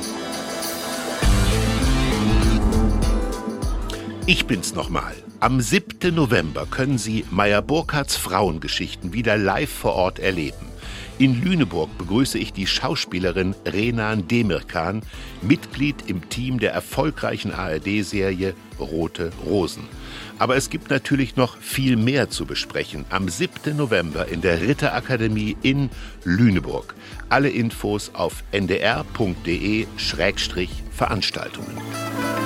B: Ich bin's nochmal. Am 7. November können Sie Meyer Burkhardts Frauengeschichten wieder live vor Ort erleben. In Lüneburg begrüße ich die Schauspielerin Renan Demirkan, Mitglied im Team der erfolgreichen ARD-Serie Rote Rosen. Aber es gibt natürlich noch viel mehr zu besprechen. Am 7. November in der Ritterakademie in Lüneburg. Alle Infos auf ndr.de/Veranstaltungen.